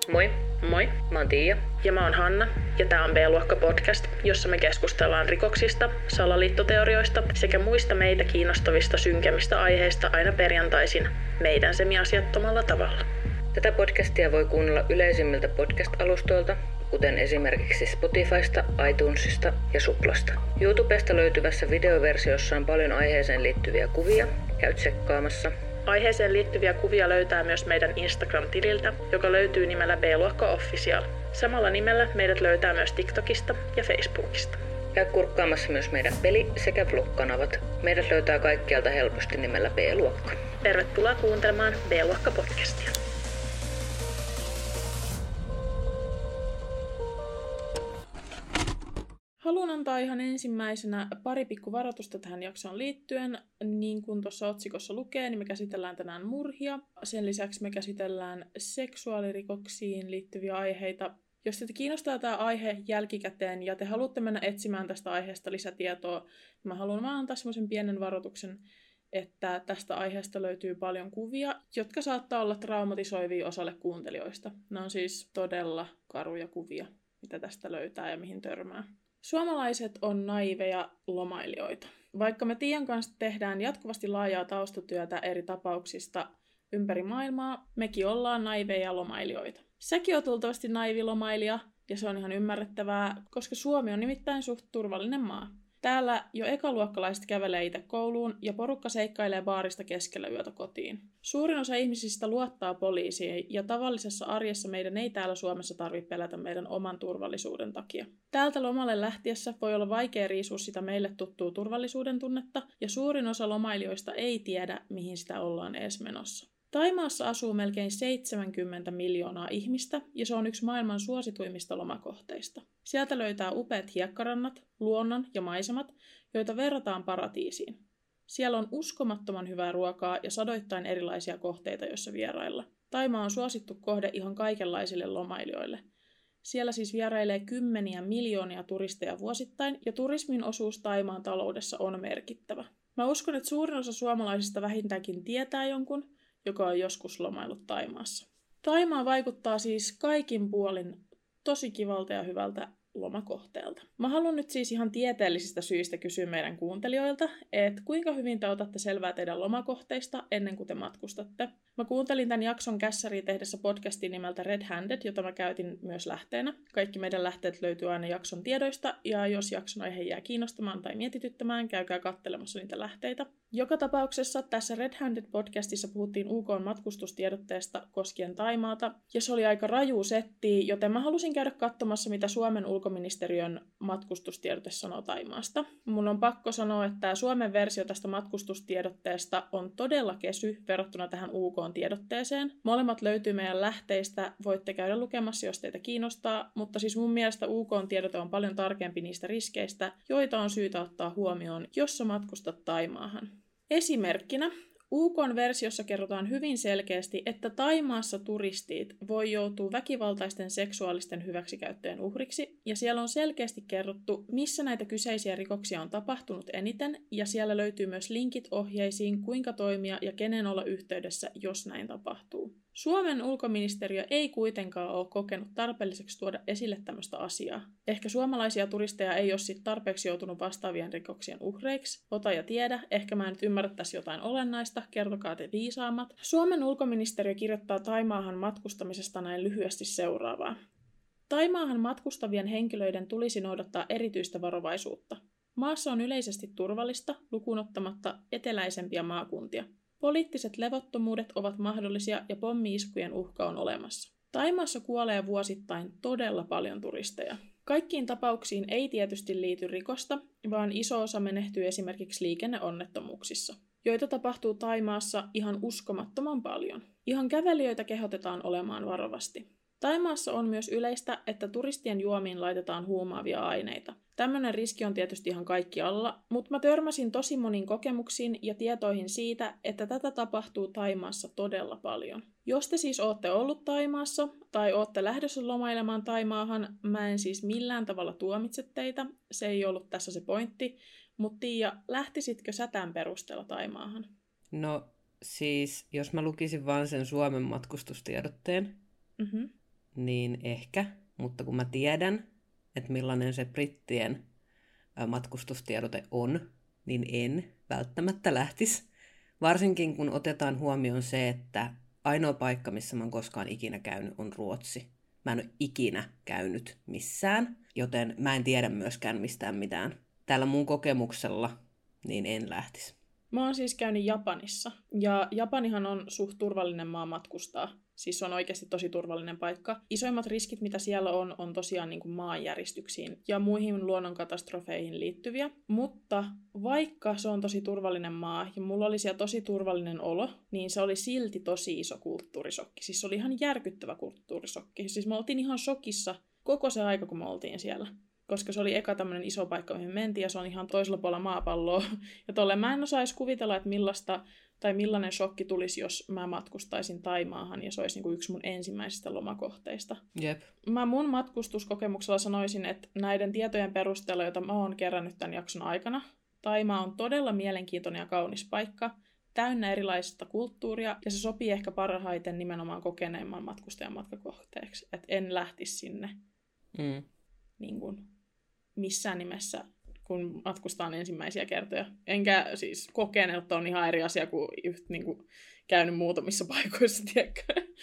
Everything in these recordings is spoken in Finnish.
Moi, Moi, mä oon Tiia. ja mä oon Hanna, ja tää on B-luokka podcast, jossa me keskustellaan rikoksista, salaliittoteorioista sekä muista meitä kiinnostavista synkemmistä aiheista aina perjantaisin meidän semiasiattomalla tavalla. Tätä podcastia voi kuunnella yleisimmiltä podcast-alustoilta, kuten esimerkiksi Spotifysta, iTunesista ja Suplasta. YouTubesta löytyvässä videoversiossa on paljon aiheeseen liittyviä kuvia. Käy tsekkaamassa. Aiheeseen liittyviä kuvia löytää myös meidän Instagram-tililtä, joka löytyy nimellä B-luokka Official. Samalla nimellä meidät löytää myös TikTokista ja Facebookista. Käy kurkkaamassa myös meidän peli- sekä vlog-kanavat. Meidät löytää kaikkialta helposti nimellä B-luokka. Tervetuloa kuuntelemaan B-luokka podcastia. Haluan antaa ihan ensimmäisenä pari pikkuvaroitusta tähän jaksoon liittyen. Niin kuin tuossa otsikossa lukee, niin me käsitellään tänään murhia. Sen lisäksi me käsitellään seksuaalirikoksiin liittyviä aiheita. Jos teitä kiinnostaa tämä aihe jälkikäteen ja te haluatte mennä etsimään tästä aiheesta lisätietoa, niin mä haluan vaan antaa semmoisen pienen varoituksen, että tästä aiheesta löytyy paljon kuvia, jotka saattaa olla traumatisoivia osalle kuuntelijoista. Ne on siis todella karuja kuvia, mitä tästä löytää ja mihin törmää. Suomalaiset on naiveja lomailijoita. Vaikka me Tiian kanssa tehdään jatkuvasti laajaa taustatyötä eri tapauksista ympäri maailmaa, mekin ollaan naiveja lomailijoita. Säkin oot luultavasti naivi lomailija, ja se on ihan ymmärrettävää, koska Suomi on nimittäin suht turvallinen maa. Täällä jo ekaluokkalaiset kävelee itse kouluun ja porukka seikkailee baarista keskellä yötä kotiin. Suurin osa ihmisistä luottaa poliisiin ja tavallisessa arjessa meidän ei täällä Suomessa tarvitse pelätä meidän oman turvallisuuden takia. Täältä lomalle lähtiessä voi olla vaikea riisua sitä meille tuttua turvallisuuden tunnetta ja suurin osa lomailijoista ei tiedä, mihin sitä ollaan edes menossa. Thaimaassa asuu melkein 70 miljoonaa ihmistä, ja se on yksi maailman suosituimmista lomakohteista. Sieltä löytää upeat hiekkarannat, luonnon ja maisemat, joita verrataan paratiisiin. Siellä on uskomattoman hyvää ruokaa ja sadoittain erilaisia kohteita, joissa vierailla. Thaimaa on suosittu kohde ihan kaikenlaisille lomailijoille. Siellä siis vierailee kymmeniä miljoonia turisteja vuosittain, ja turismin osuus Thaimaan taloudessa on merkittävä. Mä uskon, että suurin osa suomalaisista vähintäänkin tietää jonkun, joka on joskus lomaillut Thaimaassa. Thaimaa vaikuttaa siis kaikin puolin tosi kivalta ja hyvältä lomakohteelta. Mä haluan nyt siis ihan tieteellisistä syistä kysyä meidän kuuntelijoilta, että kuinka hyvin te otatte selvää teidän lomakohteista ennen kuin te matkustatte. Mä kuuntelin tämän jakson kässäriä tehdessä podcastin nimeltä Red Handed, jota mä käytin myös lähteenä. Kaikki meidän lähteet löytyy aina jakson tiedoista, ja jos jakson aihe jää kiinnostamaan tai mietityttämään, käykää katselemassa niitä lähteitä. Joka tapauksessa tässä Red Handed podcastissa puhuttiin UK:n matkustustiedotteesta koskien Thaimaata, ja se oli aika raju setti, joten mä halusin käydä katsomassa, mitä Suomen ulkoministeriön matkustustiedote sanoo Thaimaasta. Mun on pakko sanoa, että tämä Suomen versio tästä matkustustiedotteesta on todella kesy verrattuna tähän UK:n tiedotteeseen. Molemmat löytyy meidän lähteistä, voitte käydä lukemassa, jos teitä kiinnostaa, mutta siis mun mielestä UK:n tiedote on paljon tarkempi niistä riskeistä, joita on syytä ottaa huomioon, jos sä matkustat Thaimaahan. Esimerkkinä UK:n versiossa kerrotaan hyvin selkeästi, että Thaimaassa turistit voi joutua väkivaltaisten seksuaalisten hyväksikäyttöjen uhriksi, ja siellä on selkeästi kerrottu, missä näitä kyseisiä rikoksia on tapahtunut eniten, ja siellä löytyy myös linkit ohjeisiin, kuinka toimia ja kenen olla yhteydessä, jos näin tapahtuu. Suomen ulkoministeriö ei kuitenkaan ole kokenut tarpeelliseksi tuoda esille tämmöistä asiaa. Ehkä suomalaisia turisteja ei ole sit tarpeeksi joutunut vastaavien rikoksien uhreiksi. Ota ja tiedä, ehkä mä nyt ymmärrettäisi jotain olennaista, kertokaa te viisaammat. Suomen ulkoministeriö kirjoittaa Thaimaahan matkustamisesta näin lyhyesti seuraavaa. Thaimaahan matkustavien henkilöiden tulisi noudattaa erityistä varovaisuutta. Maassa on yleisesti turvallista, lukuun ottamatta eteläisempiä maakuntia. Poliittiset levottomuudet ovat mahdollisia ja pommi-iskujen uhka on olemassa. Thaimaassa kuolee vuosittain todella paljon turisteja. Kaikkiin tapauksiin ei tietysti liity rikosta, vaan iso osa menehtyy esimerkiksi liikenneonnettomuuksissa, joita tapahtuu Thaimaassa ihan uskomattoman paljon. Ihan kävelijöitä kehotetaan olemaan varovasti. Thaimaassa on myös yleistä, että turistien juomiin laitetaan huumaavia aineita. Tämmöinen riski on tietysti ihan kaikkialla, mutta mä törmäsin tosi moniin kokemuksiin ja tietoihin siitä, että tätä tapahtuu Thaimaassa todella paljon. Jos te siis ootte ollut Thaimaassa tai ootte lähdössä lomailemaan Thaimaahan, mä en siis millään tavalla tuomitse teitä, se ei ollut tässä se pointti, mutta Tiia, lähtisitkö sä tämän perusteella Thaimaahan? No siis, jos mä lukisin vaan sen Suomen matkustustiedotteen, niin ehkä, mutta kun mä tiedän, että millainen se brittien matkustustiedote on, niin en välttämättä lähtisi. Varsinkin kun otetaan huomioon se, että ainoa paikka, missä mä oon koskaan ikinä käynyt, on Ruotsi. Mä en ole ikinä käynyt missään, joten mä en tiedä myöskään mistään mitään. Tällä mun kokemuksella niin en lähtisi. Mä oon siis käynyt Japanissa, ja Japanihan on suht turvallinen maa matkustaa. Siis se on oikeasti tosi turvallinen paikka. Isoimmat riskit, mitä siellä on tosiaan niin kuin maanjäristyksiin ja muihin luonnonkatastrofeihin liittyviä. Mutta vaikka se on tosi turvallinen maa ja mulla oli siellä tosi turvallinen olo, niin se oli silti tosi iso kulttuurisokki. Siis se oli ihan järkyttävä kulttuurisokki. Siis me oltiin ihan shokissa koko se aika, kun me oltiin siellä. Koska se oli eka tämmöinen iso paikka, mihin mentiin, ja se on ihan toisella puolella maapalloa. Ja tolleen mä en osaisi kuvitella, että millainen shokki tulisi, jos mä matkustaisin Taimaahan, ja se olisi niinku yksi mun ensimmäisistä lomakohteista. Jep. Mä mun matkustuskokemuksella sanoisin, että näiden tietojen perusteella, joita mä oon kerännyt tämän jakson aikana, Taimaa on todella mielenkiintoinen ja kaunis paikka, täynnä erilaista kulttuuria, ja se sopii ehkä parhaiten nimenomaan kokeneimman matkustajan matkakohteeksi. Että en lähtisi sinne niin kuin missään nimessä, kun matkustaan ensimmäisiä kertoja. Enkä siis kokenut, on ihan eri asia kuin just niin kuin käynyt muutamissa paikoissa, tiedätkö?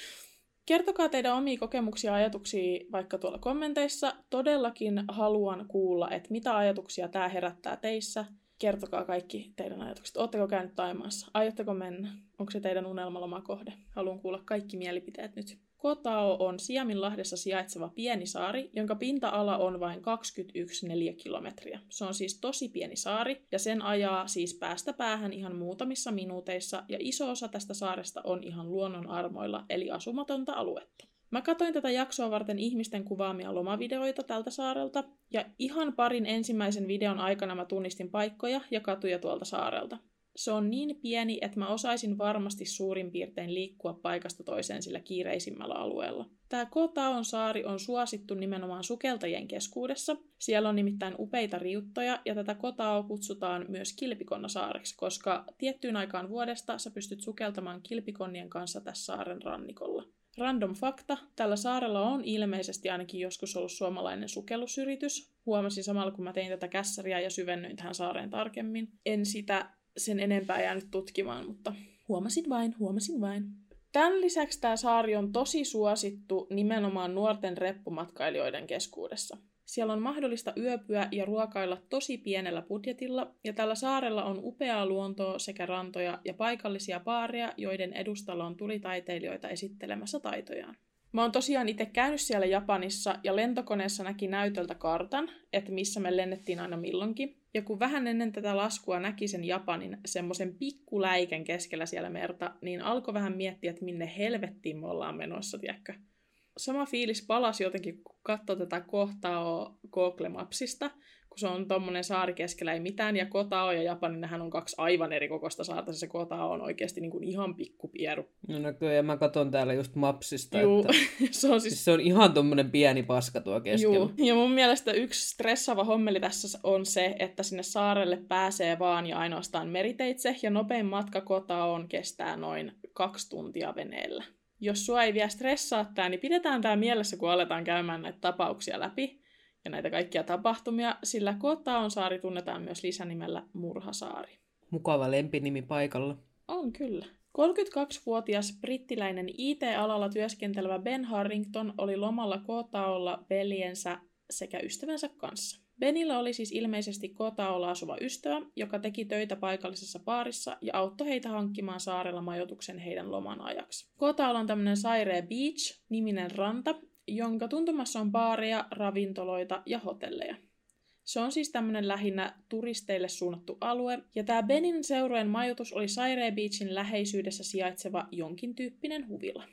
Kertokaa teidän omia kokemuksia ja ajatuksia vaikka tuolla kommenteissa. Todellakin haluan kuulla, että mitä ajatuksia tämä herättää teissä. Kertokaa kaikki teidän ajatukset. Oletteko käynyt Taimaassa? Aiotteko mennä? Onko se teidän unelmalomakohde? Haluan kuulla kaikki mielipiteet nyt. Koh on Siaminlahdessa sijaitseva pieni saari, jonka pinta-ala on vain 21 neliökilometriä. Se on siis tosi pieni saari, ja sen ajaa siis päästä päähän ihan muutamissa minuuteissa, ja iso osa tästä saaresta on ihan luonnon armoilla, eli asumatonta aluetta. Mä katsoin tätä jaksoa varten ihmisten kuvaamia lomavideoita tältä saarelta, ja ihan parin ensimmäisen videon aikana mä tunnistin paikkoja ja katuja tuolta saarelta. Se on niin pieni, että mä osaisin varmasti suurin piirtein liikkua paikasta toiseen sillä kiireisimmällä alueella. Tää Koh saari on suosittu nimenomaan sukeltajien keskuudessa. Siellä on nimittäin upeita riuttoja, ja tätä Koh kutsutaan myös kilpikonnasaareksi, koska tiettyyn aikaan vuodesta sä pystyt sukeltamaan kilpikonnien kanssa tässä saaren rannikolla. Random fakta, tällä saarella on ilmeisesti ainakin joskus ollut suomalainen sukellusyritys. Huomasin samalla, kun mä tein tätä kässäriä ja syvennyin tähän saareen tarkemmin. En sitä sen enempää jäänyt tutkimaan, mutta huomasin vain. Tämän lisäksi tämä saari on tosi suosittu nimenomaan nuorten reppumatkailijoiden keskuudessa. Siellä on mahdollista yöpyä ja ruokailla tosi pienellä budjetilla, ja tällä saarella on upeaa luontoa sekä rantoja ja paikallisia baareja, joiden edustalla on tulitaiteilijoita esittelemässä taitojaan. Mä oon tosiaan itse käynyt siellä Japanissa, ja lentokoneessa näki näytöltä kartan, että missä me lennettiin aina milloinkin. Ja kun vähän ennen tätä laskua näki sen Japanin semmoisen pikkuläiken keskellä siellä merta, niin alkoi vähän miettiä, että minne helvettiin me ollaan menossa, tiedätkö? Sama fiilis palasi jotenkin, kun katsoi tätä Koh Google Mapsista, kun se on tommonen saari keskellä ei mitään, ja Koh ja Japani, nehän on kaksi aivan eri kokoista saarta, se Koh on oikeasti niin kuin ihan pikkupieru. No näköjään, mä katson täällä just Mapsista, Juu, että se on ihan tommonen pieni paska tuo keskellä. Juu, ja mun mielestä yksi stressaava hommeli tässä on se, että sinne saarelle pääsee vaan ja ainoastaan meriteitse, ja nopein matka Koh kestää noin 2 tuntia veneellä. Jos sua ei vielä stressaa tää, niin pidetään tää mielessä, kun aletaan käymään näitä tapauksia läpi ja näitä kaikkia tapahtumia, sillä Koh saari tunnetaan myös lisänimellä Murhasaari. Mukava lempinimi paikalla. On kyllä. 32-vuotias brittiläinen IT-alalla työskentelevä Ben Harrington oli lomalla Koh veljensä sekä ystävänsä kanssa. Benillä oli siis ilmeisesti Koh asuva ystävä, joka teki töitä paikallisessa baarissa ja auttoi heitä hankkimaan saarella majoituksen heidän loman ajaksi. Koh on tämmöinen Sairee Beach-niminen ranta, jonka tuntumassa on baareja, ravintoloita ja hotelleja. Se on siis tämmöinen lähinnä turisteille suunnattu alue, ja tämä Benin seurueen majoitus oli Sairee Beachin läheisyydessä sijaitseva jonkin tyyppinen huvila.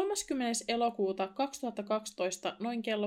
30. elokuuta 2012 noin kello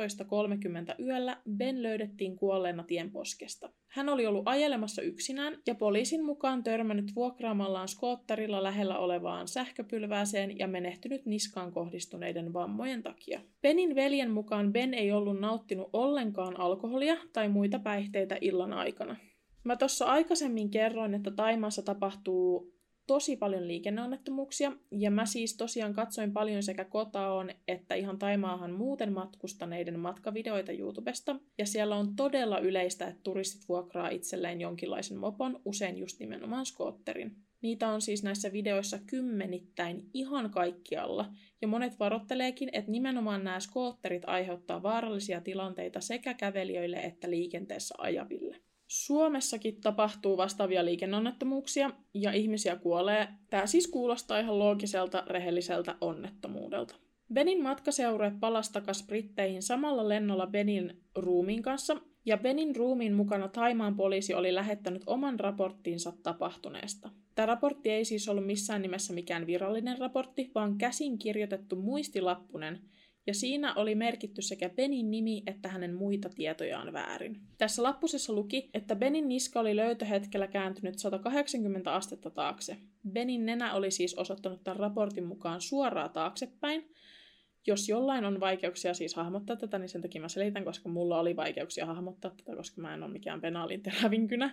12.30 yöllä Ben löydettiin kuolleena tienposkesta. Hän oli ollut ajelemassa yksinään ja poliisin mukaan törmännyt vuokraamallaan skootterilla lähellä olevaan sähköpylvääseen ja menehtynyt niskaan kohdistuneiden vammojen takia. Benin veljen mukaan Ben ei ollut nauttinut ollenkaan alkoholia tai muita päihteitä illan aikana. Mä tuossa aikaisemmin kerroin, että Thaimaassa tapahtuu tosi paljon liikenneonnettomuuksia, ja mä siis tosiaan katsoin paljon sekä Kotaon että ihan Taimaahan muuten matkustaneiden matkavideoita YouTubesta, ja siellä on todella yleistä, että turistit vuokraa itselleen jonkinlaisen mopon, usein just nimenomaan skootterin. Niitä on siis näissä videoissa kymmenittäin ihan kaikkialla, ja monet varoitteleekin, että nimenomaan nämä skootterit aiheuttaa vaarallisia tilanteita sekä kävelijöille että liikenteessä ajaville. Suomessakin tapahtuu vastaavia liikenneonnettomuuksia ja ihmisiä kuolee. Tämä siis kuulostaa ihan loogiselta, rehelliseltä onnettomuudelta. Benin matkaseurue palasi takaisin Britteihin samalla lennolla Benin ruumiin kanssa, ja Benin ruumiin mukana Thaimaan poliisi oli lähettänyt oman raporttinsa tapahtuneesta. Tämä raportti ei siis ollut missään nimessä mikään virallinen raportti, vaan käsin kirjoitettu muistilappunen, ja siinä oli merkitty sekä Benin nimi että hänen muita tietojaan väärin. Tässä lappusessa luki, että Benin niska oli löytöhetkellä kääntynyt 180 astetta taakse. Benin nenä oli siis osoittanut tämän raportin mukaan suoraan taaksepäin. Jos jollain on vaikeuksia siis hahmottaa tätä, niin sen takia mä selitän, koska mulla oli vaikeuksia hahmottaa tätä, koska mä en ole mikään penaalin terävinkynä.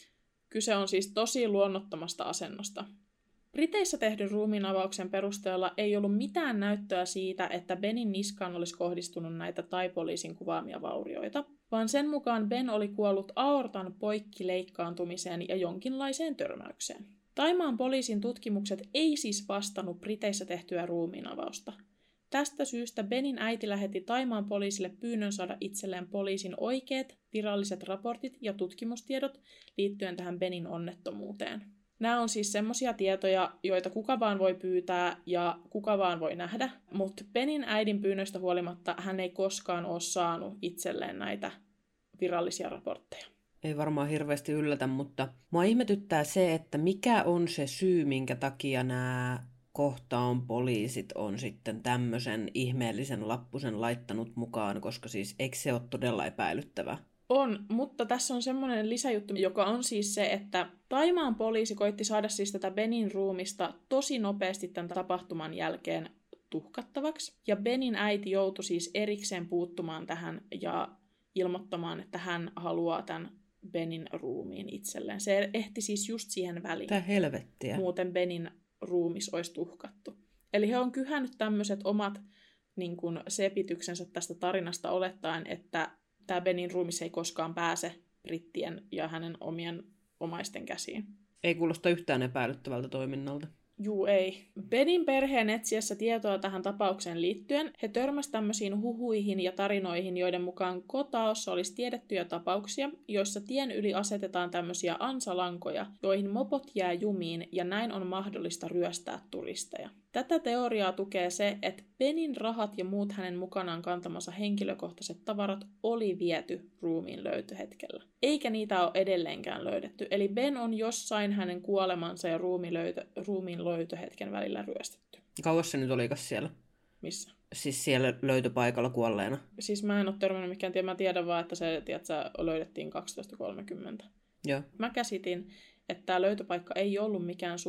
Kyse on siis tosi luonnottomasta asennosta. Briteissä tehdyn ruumiinavauksen perusteella ei ollut mitään näyttöä siitä, että Benin niskaan olisi kohdistunut näitä tai-poliisin kuvaamia vaurioita, vaan sen mukaan Ben oli kuollut aortan poikkileikkaantumiseen ja jonkinlaiseen törmäykseen. Thaimaan poliisin tutkimukset ei siis vastannut Briteissä tehtyä ruumiinavausta. Tästä syystä Benin äiti lähetti Thaimaan poliisille pyynnön saada itselleen poliisin oikeat, viralliset raportit ja tutkimustiedot liittyen tähän Benin onnettomuuteen. Nämä on siis semmoisia tietoja, joita kuka vaan voi pyytää ja kuka vaan voi nähdä, mutta Benin äidin pyynnöstä huolimatta hän ei koskaan ole saanut itselleen näitä virallisia raportteja. Ei varmaan hirveästi yllätä, mutta mua ihmetyttää se, että mikä on se syy, minkä takia nämä kohtaan poliisit on sitten tämmöisen ihmeellisen lappusen laittanut mukaan, koska siis eikö se ole todella epäilyttävää? On, mutta tässä on semmoinen lisäjuttu, joka on siis se, että Thaimaan poliisi koitti saada siis tätä Benin ruumista tosi nopeasti tämän tapahtuman jälkeen tuhkattavaksi. Ja Benin äiti joutui siis erikseen puuttumaan tähän ja ilmoittamaan, että hän haluaa tämän Benin ruumiin itselleen. Se ehti siis just siihen väliin. Tää helvettiä. Muuten Benin ruumis olisi tuhkattu. Eli he on kyhännyt tämmöiset omat niin kuin sepityksensä tästä tarinasta olettaen, että tämä Benin ruumis ei koskaan pääse brittien ja hänen omien omaisten käsiin. Ei kuulosta yhtään epäilyttävältä toiminnalta. Juu, ei. Benin perheen etsiessä tietoa tähän tapaukseen liittyen, he törmäsivät tämmöisiin huhuihin ja tarinoihin, joiden mukaan Kotaossa olisi tiedettyjä tapauksia, joissa tien yli asetetaan tämmöisiä ansalankoja, joihin mopot jää jumiin ja näin on mahdollista ryöstää turisteja. Tätä teoriaa tukee se, että Benin rahat ja muut hänen mukanaan kantamansa henkilökohtaiset tavarat oli viety ruumiin löytöhetkellä. Eikä niitä ole edelleenkään löydetty, eli Ben on jossain hänen kuolemansa ja ruumiin löytöhetken välillä ryöstetty. Kauas se nyt olikas siellä? Missä? Siis siellä löytöpaikalla kuolleena. Siis mä en ole törmännyt mikään, mä tiedän vaan, että se löydettiin 12.30. Joo. Mä käsitin, että tämä löytöpaikka ei ollut mikään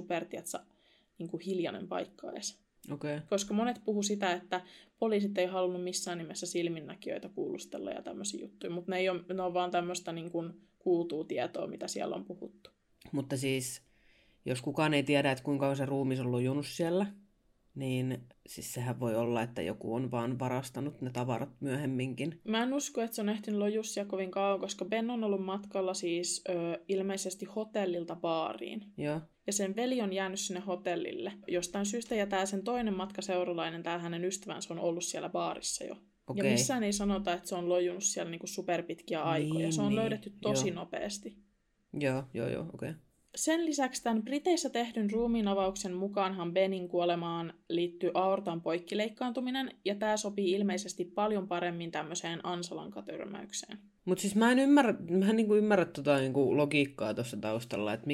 niin kuin hiljainen paikka edes. Okay. Koska monet puhu sitä, että poliisit ei halunnut missään nimessä silminnäkijöitä kuulustella ja tämmöisiä juttuja, mutta ne on vaan tämmöistä niin kuin kuultua tietoa, mitä siellä on puhuttu. Mutta siis, jos kukaan ei tiedä, että kuinka se ruumis on lujunut siellä, niin siis sehän voi olla, että joku on vaan varastanut ne tavarat myöhemminkin. Mä en usko, että se on ehtinyt lojussia kovin kauan, koska Ben on ollut matkalla siis ilmeisesti hotellilta baariin. Joo. Ja sen veli on jäänyt sinne hotellille. Jostain syystä ja tää sen toinen matkaseuralainen, tää hänen ystävänsä on ollut siellä baarissa jo. Okay. Ja missään ei sanota, että se on lojunut siellä niinku superpitkiä aikoja. Niin, se on löydetty tosi joo. nopeasti. Joo, okei. Okay. Sen lisäksi tämän Briteissä tehdyn ruumiinavauksen mukaanhan Benin kuolemaan liittyy aortan poikkileikkaantuminen, ja tämä sopii ilmeisesti paljon paremmin tämmöiseen ansalankatörmäykseen. Mutta siis mä en ymmärrä tota niinku logiikkaa tuossa taustalla, että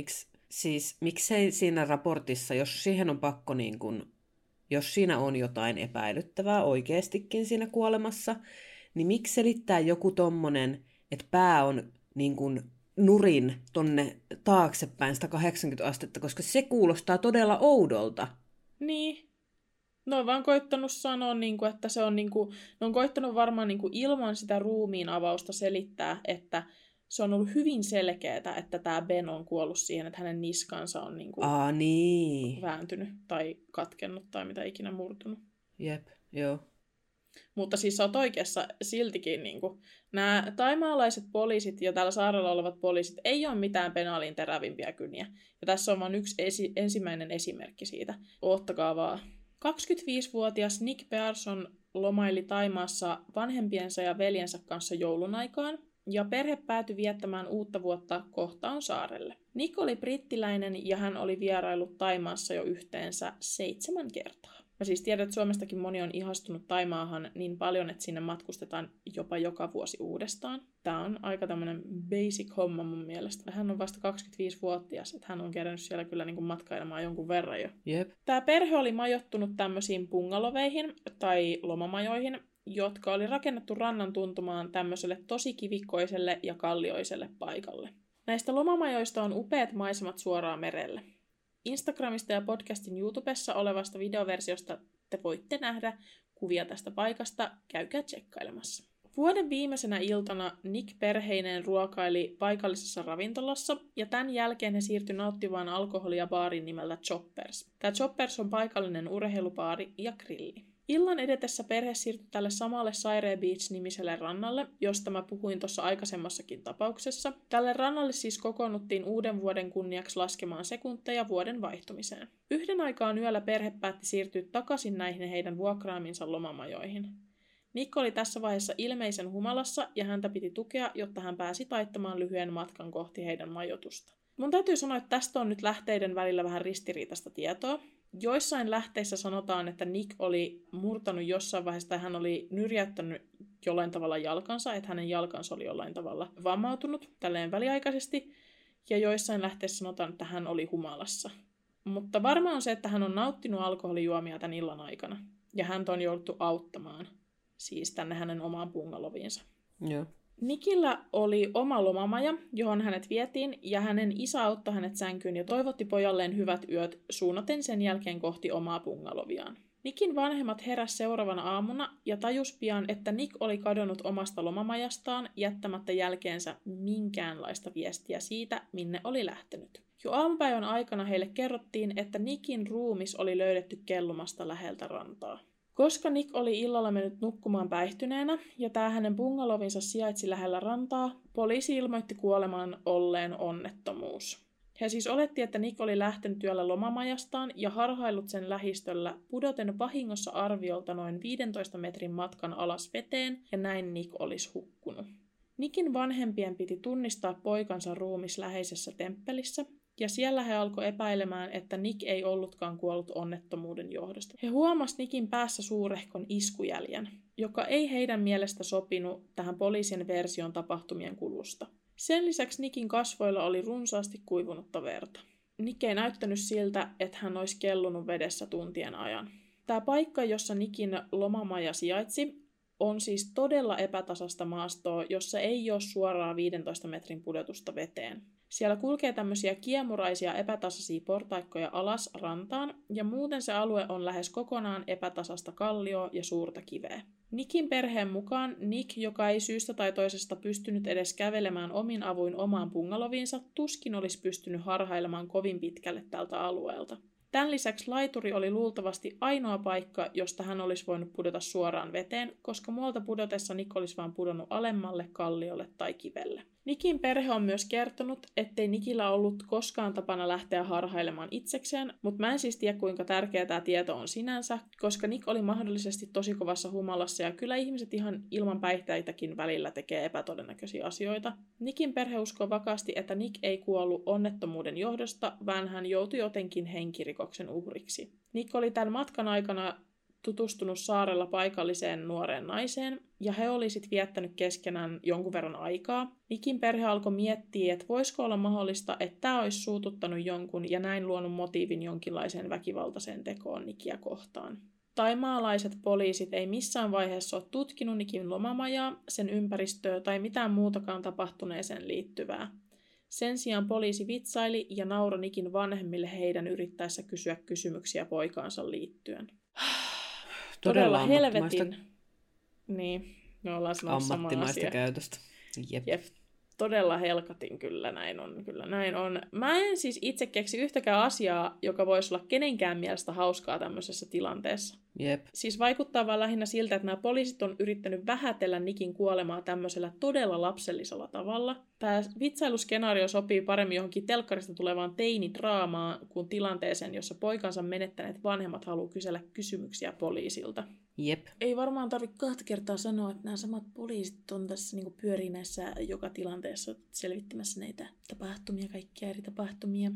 miksei siinä raportissa, jos siihen on pakko, jos siinä on jotain epäilyttävää oikeastikin siinä kuolemassa, niin miksi selittää joku tommonen, että pää on nurin tonne taaksepäin 180 astetta, koska se kuulostaa todella oudolta. Niin. Ne on vaan koittanut sanoa, että se on, ne on koittanut varmaan ilman sitä ruumiin avausta selittää, että se on ollut hyvin selkeää, että tämä Ben on kuollut siihen, että hänen niskansa on niinku vääntynyt tai katkennut tai mitä ikinä murtunut. Jep, joo. Mutta siis sä oot oikeassa siltikin, niinku, nämä taimaalaiset poliisit ja täällä saarella olevat poliisit ei ole mitään penaalin terävimpiä kyniä. Ja tässä on vain yksi ensimmäinen esimerkki siitä. Oottakaa vaan. 25-vuotias Nick Pearson lomaili Thaimaassa vanhempiensa ja veljensä kanssa joulun aikaan, ja perhe päätyi viettämään uutta vuotta Kohtaon saarelle. Nick oli brittiläinen ja hän oli vieraillut Thaimaassa jo yhteensä 7 kertaa. Mä siis tiedän, että Suomestakin moni on ihastunut Thaimaahan niin paljon, että sinne matkustetaan jopa joka vuosi uudestaan. Tää on aika tämmönen basic homma mun mielestä. Hän on vasta 25-vuotias, että hän on kerännyt siellä kyllä niin kuin matkailemaan jonkun verran jo. Jep. Tää perhe oli majoittunut tämmöisiin bungaloveihin tai lomamajoihin, jotka oli rakennettu rannan tuntumaan tämmöiselle tosi kivikkoiselle ja kallioiselle paikalle. Näistä lomamajoista on upeat maisemat suoraan merelle. Instagramista ja podcastin YouTubessa olevasta videoversiosta te voitte nähdä kuvia tästä paikasta, käykää tsekkailemassa. Vuoden viimeisenä iltana Nick perheineen ruokaili paikallisessa ravintolassa ja tämän jälkeen he siirtyi nauttimaan alkoholia baarin nimeltä Choppers. Tämä Choppers on paikallinen urheilubaari ja grilli. Illan edetessä perhe siirtyi tälle samalle Sairee Beach-nimiselle rannalle, josta mä puhuin tuossa aikaisemmassakin tapauksessa. Tälle rannalle siis kokoonnuttiin uuden vuoden kunniaksi laskemaan sekunteja vuoden vaihtumiseen. Yhden aikaan yöllä perhe päätti siirtyä takaisin näihin heidän vuokraaminsa lomamajoihin. Nick oli tässä vaiheessa ilmeisen humalassa ja häntä piti tukea, jotta hän pääsi taittamaan lyhyen matkan kohti heidän majoitusta. Mun täytyy sanoa, että tästä on nyt lähteiden välillä vähän ristiriitaista tietoa. Joissain lähteissä sanotaan, että Nick oli murtanut jossain vaiheessa tai hän oli nyrjäyttänyt jollain tavalla jalkansa, että hänen jalkansa oli jollain tavalla vammautunut tälleen väliaikaisesti. Ja joissain lähteissä sanotaan, että hän oli humalassa. Mutta varma on se, että hän on nauttinut alkoholijuomia tämän illan aikana. Ja häntä on jouduttu auttamaan siis tänne hänen omaan bungaloviinsa. Joo. Nickillä oli oma lomamaja, johon hänet vietiin, ja hänen isä auttoi hänet sänkyyn ja toivotti pojalleen hyvät yöt suunnaten sen jälkeen kohti omaa bungaloviaan. Nickin vanhemmat heräs seuraavana aamuna ja tajus pian, että Nick oli kadonnut omasta lomamajastaan jättämättä jälkeensä minkäänlaista viestiä siitä, minne oli lähtenyt. Jo aamupäivän aikana heille kerrottiin, että Nickin ruumis oli löydetty kellumasta läheltä rantaa. Koska Nick oli illalla mennyt nukkumaan päihtyneenä ja tämä hänen bungalovinsa sijaitsi lähellä rantaa, poliisi ilmoitti kuolemaan olleen onnettomuus. He siis oletti, että Nick oli lähtenyt yöllä lomamajastaan ja harhaillut sen lähistöllä pudoten vahingossa arviolta noin 15 metrin matkan alas veteen ja näin Nick olisi hukkunut. Nickin vanhempien piti tunnistaa poikansa ruumis läheisessä temppelissä, ja siellä he alkoi epäilemään, että Nick ei ollutkaan kuollut onnettomuuden johdosta. He huomasivat Nickin päässä suurehkon iskujäljen, joka ei heidän mielestä sopinut tähän poliisin version tapahtumien kulusta. Sen lisäksi Nickin kasvoilla oli runsaasti kuivunutta verta. Nick ei näyttänyt siltä, että hän olisi kellunut vedessä tuntien ajan. Tämä paikka, jossa Nickin lomamaja sijaitsi, on siis todella epätasasta maastoa, jossa ei ole suoraa 15 metrin pudotusta veteen. Siellä kulkee tämmöisiä kiemuraisia epätasaisia portaikkoja alas rantaan, ja muuten se alue on lähes kokonaan epätasasta kallioa ja suurta kiveä. Nickin perheen mukaan Nick, joka ei syystä tai toisesta pystynyt edes kävelemään omin avuin omaan bungaloviinsa, tuskin olisi pystynyt harhailemaan kovin pitkälle tältä alueelta. Tämän lisäksi laituri oli luultavasti ainoa paikka, josta hän olisi voinut pudota suoraan veteen, koska muualta pudotessa Nick olisi vaan pudonnut alemmalle kalliolle tai kivelle. Nickin perhe on myös kertonut, ettei Nickillä ollut koskaan tapana lähteä harhailemaan itsekseen, mutta mä en siis tiedä kuinka tärkeä tämä tieto on sinänsä, koska Nick oli mahdollisesti tosi kovassa humalassa ja kyllä ihmiset ihan ilman päihteitäkin välillä tekee epätodennäköisiä asioita. Nickin perhe uskoo vakaasti, että Nick ei kuollut onnettomuuden johdosta, vaan hän joutui jotenkin henkirikoksen uhriksi. Nick oli tämän matkan aikana tutustunut saarella paikalliseen nuoreen naiseen, ja he oli sitten viettänyt keskenään jonkun verran aikaa. Nickin perhe alkoi miettiä, että voisiko olla mahdollista, että tämä olisi suututtanut jonkun ja näin luonut motiivin jonkinlaiseen väkivaltaiseen tekoon Nickia kohtaan. Taimaalaiset poliisit ei missään vaiheessa ole tutkinut Nickin lomamajaa, sen ympäristöä tai mitään muutakaan tapahtuneeseen liittyvää. Sen sijaan poliisi vitsaili ja nauroi Nickin vanhemmille heidän yrittäessä kysyä kysymyksiä poikaansa liittyen. Todella helvetin. Niin, me ollaan sanonut sama asia. Ammattimaista käytöstä. Jep. Todella helkatin, kyllä näin on. Mä en siis itse keksi yhtäkään asiaa, joka voisi olla kenenkään mielestä hauskaa tämmöisessä tilanteessa. Jep. Siis vaikuttaa vaan lähinnä siltä, että nämä poliisit on yrittänyt vähätellä Nickin kuolemaa tämmöisellä todella lapsellisella tavalla. Tämä vitsailuskenaario sopii paremmin johonkin telkkarista tulevaan teinidraamaan kuin tilanteeseen, jossa poikansa menettäneet vanhemmat haluaa kysellä kysymyksiä poliisilta. Jep. Ei varmaan tarvitse 2 kertaa sanoa, että nämä samat poliisit on tässä niin kuin pyörii näissä joka tilanteessa selvittämässä näitä tapahtumia, kaikkia eri tapahtumia.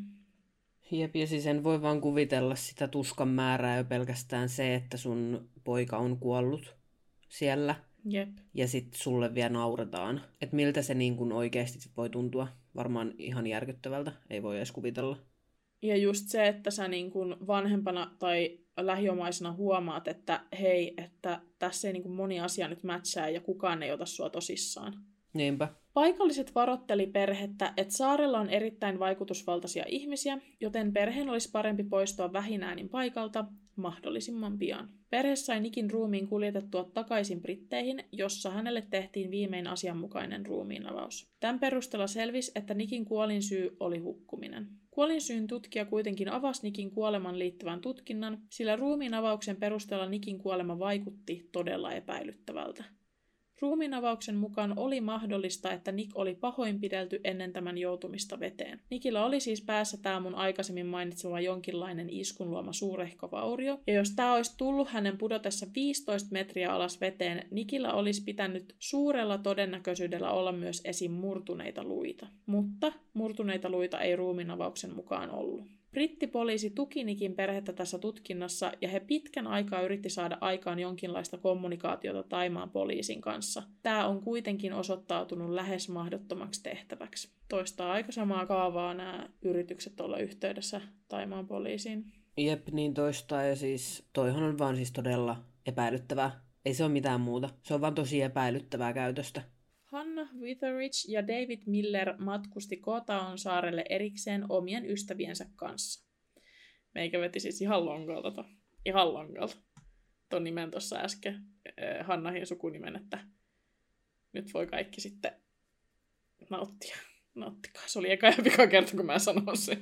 Jep, ja siis en voi vaan kuvitella sitä tuskan määrää jo pelkästään se, että sun poika on kuollut siellä. Jep. Ja sit sulle vielä nauretaan. Että miltä se niin kuin oikeasti sit voi tuntua. Varmaan ihan järkyttävältä, ei voi edes kuvitella. Ja just se, että sä niin kuin vanhempana tai lähiomaisena huomaat, että hei, että tässä ei niin kuin moni asia nyt matchaa ja kukaan ei ota sua tosissaan. Niinpä. Paikalliset varoitteli perhettä, että saarella on erittäin vaikutusvaltaisia ihmisiä, joten perheen olisi parempi poistua vähinäänin paikalta mahdollisimman pian. Perhe sai Nickin ruumiin kuljetettua takaisin Britteihin, jossa hänelle tehtiin viimein asianmukainen ruumiinavaus. Tämän perusteella selvisi, että Nickin kuolinsyy oli hukkuminen. Kuolinsyyn tutkija kuitenkin avasi Nickin kuoleman liittyvän tutkinnan, sillä ruumiinavauksen perusteella Nickin kuolema vaikutti todella epäilyttävältä. Ruumiinavauksen mukaan oli mahdollista, että Nick oli pahoinpidelty ennen tämän joutumista veteen. Nickillä oli siis päässä tämä mun aikaisemmin mainitsema jonkinlainen iskun luoma suurehko vaurio, ja jos tämä olisi tullut hänen pudotessa 15 metriä alas veteen, Nickillä olisi pitänyt suurella todennäköisyydellä olla myös esim. Murtuneita luita. Mutta murtuneita luita ei ruumiinavauksen mukaan ollut. Brittipoliisi tuki Nickin perhettä tässä tutkinnassa ja he pitkän aikaa yritti saada aikaan jonkinlaista kommunikaatiota Thaimaan poliisin kanssa. Tämä on kuitenkin osoittautunut lähes mahdottomaksi tehtäväksi. Toistaa aika samaa kaavaa nämä yritykset olla yhteydessä Thaimaan poliisiin. Jep, niin toistaa ja siis toihan on vaan siis todella epäilyttävää. Ei se ole mitään muuta. Se on vaan tosi epäilyttävää käytöstä. Hannah Witheridge ja David Miller matkusti Kotaon saarelle erikseen omien ystäviensä kanssa. Meikä veti siis ihan lonkalta. Ton nimen tuossa äsken, Hannahin sukunimen, että nyt voi kaikki sitten nauttia. Nauttikaa. Se oli eka ja pika kerta, kun mä sanoin sen.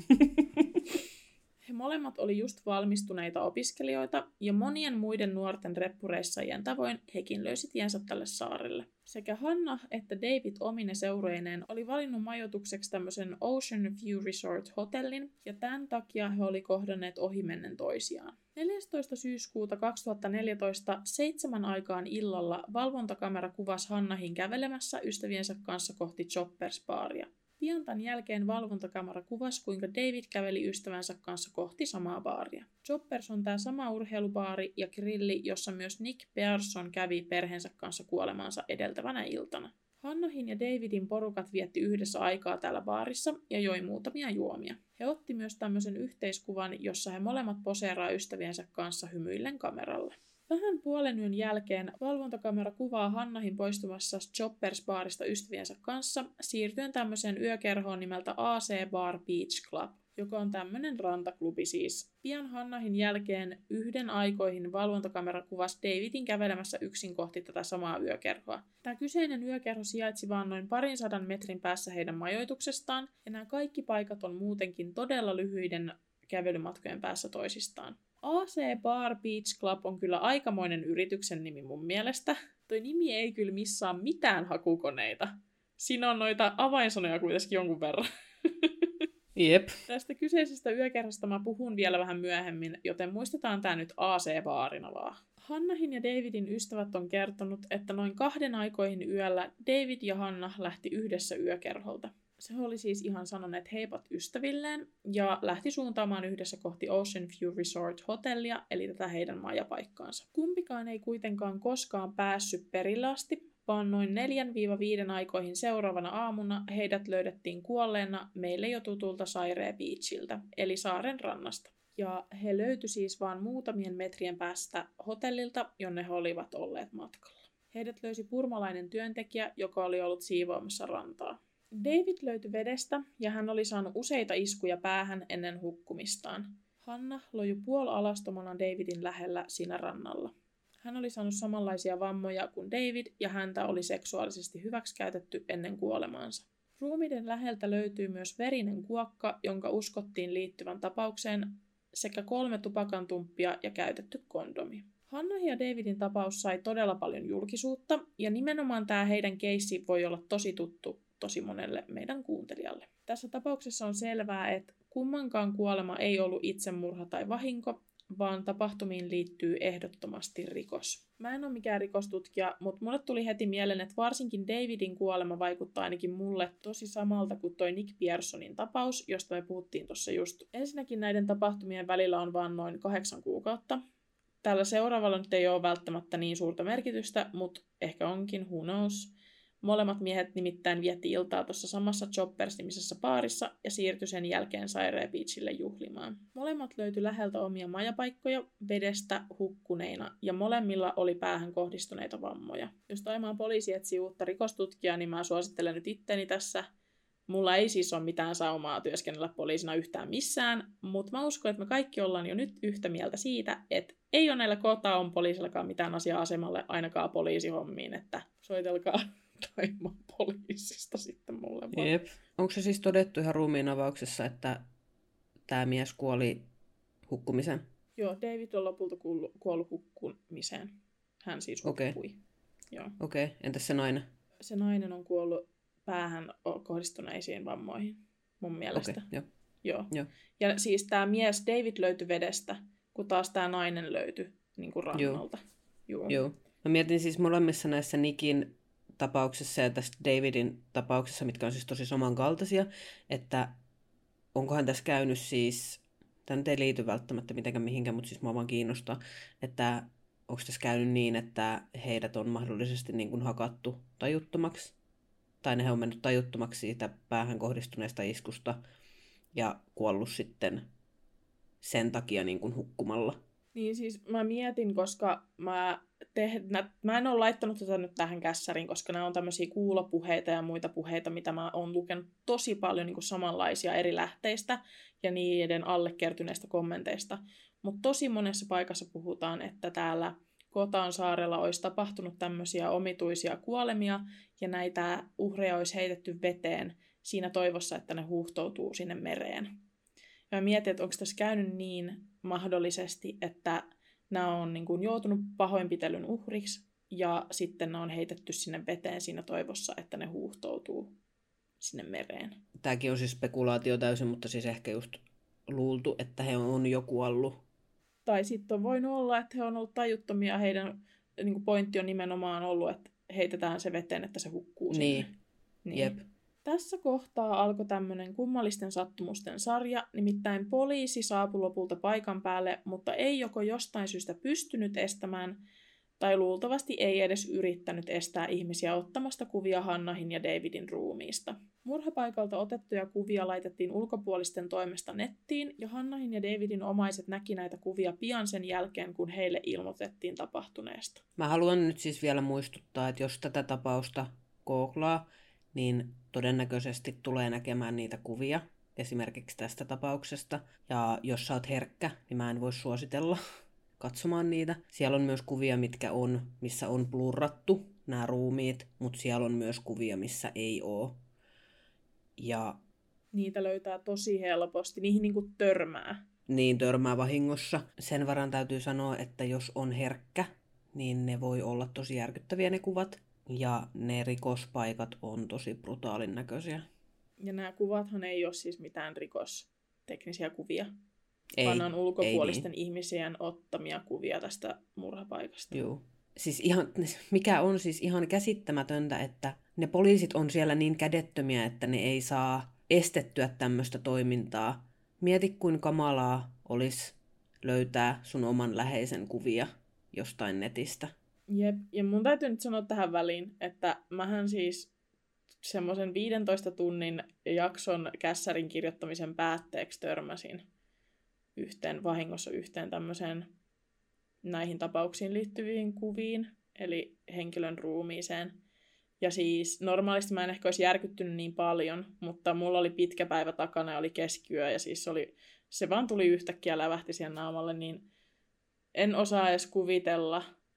He molemmat oli just valmistuneita opiskelijoita, ja monien muiden nuorten reppureissajien tavoin hekin löysi tiensä tälle saarelle. Sekä Hannah että David omine seuroineen oli valinnut majoitukseksi tämmöisen Ocean View Resort-hotellin, ja tämän takia he oli kohdanneet ohimennen toisiaan. 14. syyskuuta 2014 7 aikaan illalla valvontakamera kuvasi Hannahin kävelemässä ystäviensä kanssa kohti Choppers-baaria. Pian tämän jälkeen valvontakamera kuvasi, kuinka David käveli ystävänsä kanssa kohti samaa baaria. Choppers on tämä sama urheilubaari ja grilli, jossa myös Nick Pearson kävi perheensä kanssa kuolemaansa edeltävänä iltana. Hannahin ja Davidin porukat vietti yhdessä aikaa täällä baarissa ja joi muutamia juomia. He otti myös tämmöisen yhteiskuvan, jossa he molemmat poseeraa ystäviensä kanssa hymyillen kameralle. Vähän puolen yön jälkeen valvontakamera kuvaa Hannahin poistumassa Choppers-baarista ystäviensä kanssa siirtyen tämmöiseen yökerhoon nimeltä AC Bar Beach Club, joka on tämmöinen rantaklubi siis. Pian Hannahin jälkeen 1 aikoihin valvontakamera kuvasi Davidin kävelemässä yksin kohti tätä samaa yökerhoa. Tämä kyseinen yökerho sijaitsi vaan noin 200 metrin päässä heidän majoituksestaan, ja nämä kaikki paikat on muutenkin todella lyhyiden kävelymatkojen päässä toisistaan. AC Bar Beach Club on kyllä aikamoinen yrityksen nimi mun mielestä. Toi nimi ei kyllä missaa mitään hakukoneita. Siinä on noita avainsanoja kuitenkin jonkun verran. Jep. Tästä kyseisestä yökerhosta mä puhun vielä vähän myöhemmin, joten muistetaan tää nyt AC-baarina vaan. Hannahin ja Davidin ystävät on kertonut, että noin 2 aikoihin yöllä David ja Hannah lähti yhdessä yökerholta. Se oli siis ihan sanoneet heipat ystävilleen ja lähti suuntaamaan yhdessä kohti Ocean View Resort-hotellia, eli tätä heidän majapaikkaansa. Kumpikaan ei kuitenkaan koskaan päässyt perille asti, vaan noin 4-5 aikoihin seuraavana aamuna heidät löydettiin kuolleena meille jo tutulta Sairee Beachiltä, eli saaren rannasta. Ja he löytyi siis vain muutamien metrien päästä hotellilta, jonne he olivat olleet matkalla. Heidät löysi burmalainen työntekijä, joka oli ollut siivoamassa rantaa. David löytyi vedestä ja hän oli saanut useita iskuja päähän ennen hukkumistaan. Hannah lojui puolialastomana Davidin lähellä siinä rannalla. Hän oli saanut samanlaisia vammoja kuin David ja häntä oli seksuaalisesti hyväksikäytetty ennen kuolemaansa. Ruumiiden läheltä löytyy myös verinen kuokka, jonka uskottiin liittyvän tapaukseen, sekä 3 tupakantumppia ja käytetty kondomi. Hannah ja Davidin tapaus sai todella paljon julkisuutta, ja nimenomaan tämä heidän keissi voi olla tosi tuttu tosi monelle meidän kuuntelijalle. Tässä tapauksessa on selvää, että kummankaan kuolema ei ollut itsemurha tai vahinko, vaan tapahtumiin liittyy ehdottomasti rikos. Mä en ole mikään rikostutkija, mutta mulle tuli heti mieleen, että varsinkin Davidin kuolema vaikuttaa ainakin mulle tosi samalta kuin toi Nick Piersonin tapaus, josta me puhuttiin tuossa just. Ensinnäkin näiden tapahtumien välillä on vain noin 8 kuukautta. Tällä seuraavalla nyt ei ole välttämättä niin suurta merkitystä, mutta ehkä onkin, who knows. Molemmat miehet nimittäin vietti iltaa tuossa samassa Choppers-nimisessä baarissa ja siirtyi sen jälkeen Saireen Beachille juhlimaan. Molemmat löytyi läheltä omia majapaikkoja vedestä hukkuneina ja molemmilla oli päähän kohdistuneita vammoja. Jos Thaimaan poliisi etsii uutta rikostutkijaa, niin mä suosittelen nyt itteni tässä. Mulla ei siis ole mitään saumaa työskennellä poliisina yhtään missään, mutta mä uskon, että me kaikki ollaan jo nyt yhtä mieltä siitä, että ei ole näillä Kotaon poliisillakaan mitään asiaa asemalle, ainakaan poliisihommiin, että soitelkaa Thaimaan poliisista sitten mulle vaan. Jep. Onko se siis todettu ihan ruumiin avauksessa, että tämä mies kuoli hukkumiseen? Joo, David on lopulta kuollut hukkumiseen. Hän siis hukkui. Okei. Entäs se nainen? Se nainen on kuollut päähän kohdistuneisiin vammoihin, mun mielestä. Joo. Ja siis tämä mies David löytyi vedestä, kun taas tämä nainen löytyi niin kuin rannalta. Joo. Mä mietin siis molemmissa näissä Nickin tapauksessa ja tässä Davidin tapauksessa, mitkä on siis tosi samankaltaisia, että onkohan tässä käynyt siis, tämä nyt ei liity välttämättä mitenkään mihinkään, mutta siis mua vaan kiinnostaa, että onko tässä käynyt niin, että heidät on mahdollisesti niin kuin hakattu tajuttomaksi, tai ne on mennyt tajuttomaksi siitä päähän kohdistuneesta iskusta ja kuollut sitten sen takia niin kuin hukkumalla. Niin siis mä mietin, koska mä en ole laittanut tätä nyt tähän kässäriin, koska nämä on tämmöisiä kuulopuheita ja muita puheita, mitä mä oon lukenut tosi paljon niin kuin samanlaisia eri lähteistä ja niiden allekertyneistä kommenteista. Mutta tosi monessa paikassa puhutaan, että täällä Kotaan saarella olisi tapahtunut tämmöisiä omituisia kuolemia ja näitä uhreja olisi heitetty veteen siinä toivossa, että ne huuhtoutuu sinne mereen. Ja mä mietin, että onko tässä käynyt niin mahdollisesti, että nämä on niin kuin joutunut pahoinpitelyn uhriksi ja sitten ne on heitetty sinne veteen siinä toivossa, että ne huuhtoutuu sinne mereen. Tämäkin on siis spekulaatio täysin, mutta siis ehkä just luultu, että he on jo kuollut. Tai sitten on voinut olla, että he on ollut tajuttomia ja heidän niin kuin pointti on nimenomaan ollut, että heitetään se veteen, että se hukkuu sinne. Niin. Jep. Tässä kohtaa alkoi tämmöinen kummallisten sattumusten sarja, nimittäin poliisi saapui lopulta paikan päälle, mutta ei joko jostain syystä pystynyt estämään, tai luultavasti ei edes yrittänyt estää ihmisiä ottamasta kuvia Hannahin ja Davidin ruumiista. Murhapaikalta otettuja kuvia laitettiin ulkopuolisten toimesta nettiin, ja Hannahin ja Davidin omaiset näki näitä kuvia pian sen jälkeen, kun heille ilmoitettiin tapahtuneesta. Mä haluan nyt siis vielä muistuttaa, että jos tätä tapausta googlaa, niin todennäköisesti tulee näkemään niitä kuvia, esimerkiksi tästä tapauksesta. Ja jos sä oot herkkä, niin mä en voi suositella katsomaan niitä. Siellä on myös kuvia, missä on blurrattu nämä ruumiit, mutta siellä on myös kuvia, missä ei oo. Ja niitä löytää tosi helposti, niihin niinku törmää. Niin, törmää vahingossa. Sen varan täytyy sanoa, että jos on herkkä, niin ne voi olla tosi järkyttäviä ne kuvat. Ja ne rikospaikat on tosi brutaalin näköisiä. Ja nämä kuvathan ei ole siis mitään rikosteknisiä kuvia. Ei, vaan ulkopuolisten ihmisien ottamia kuvia tästä murhapaikasta. Joo. Siis mikä on siis ihan käsittämätöntä, että ne poliisit on siellä niin kädettömiä, että ne ei saa estettyä tämmöistä toimintaa. Mieti, kuin kamalaa olisi löytää sun oman läheisen kuvia jostain netistä. Jep, ja mun täytyy nyt sanoa tähän väliin, että mähän siis semmoisen 15 tunnin jakson kässärin kirjoittamisen päätteeksi törmäsin vahingossa yhteen tämmöiseen näihin tapauksiin liittyviin kuviin, eli henkilön ruumiiseen. Ja siis normaalisti mä en ehkä olisi järkyttynyt niin paljon, mutta mulla oli pitkä päivä takana ja oli keskiyö ja siis se vaan tuli yhtäkkiä lävähti siihen naamalle, niin en osaa edes kuvitella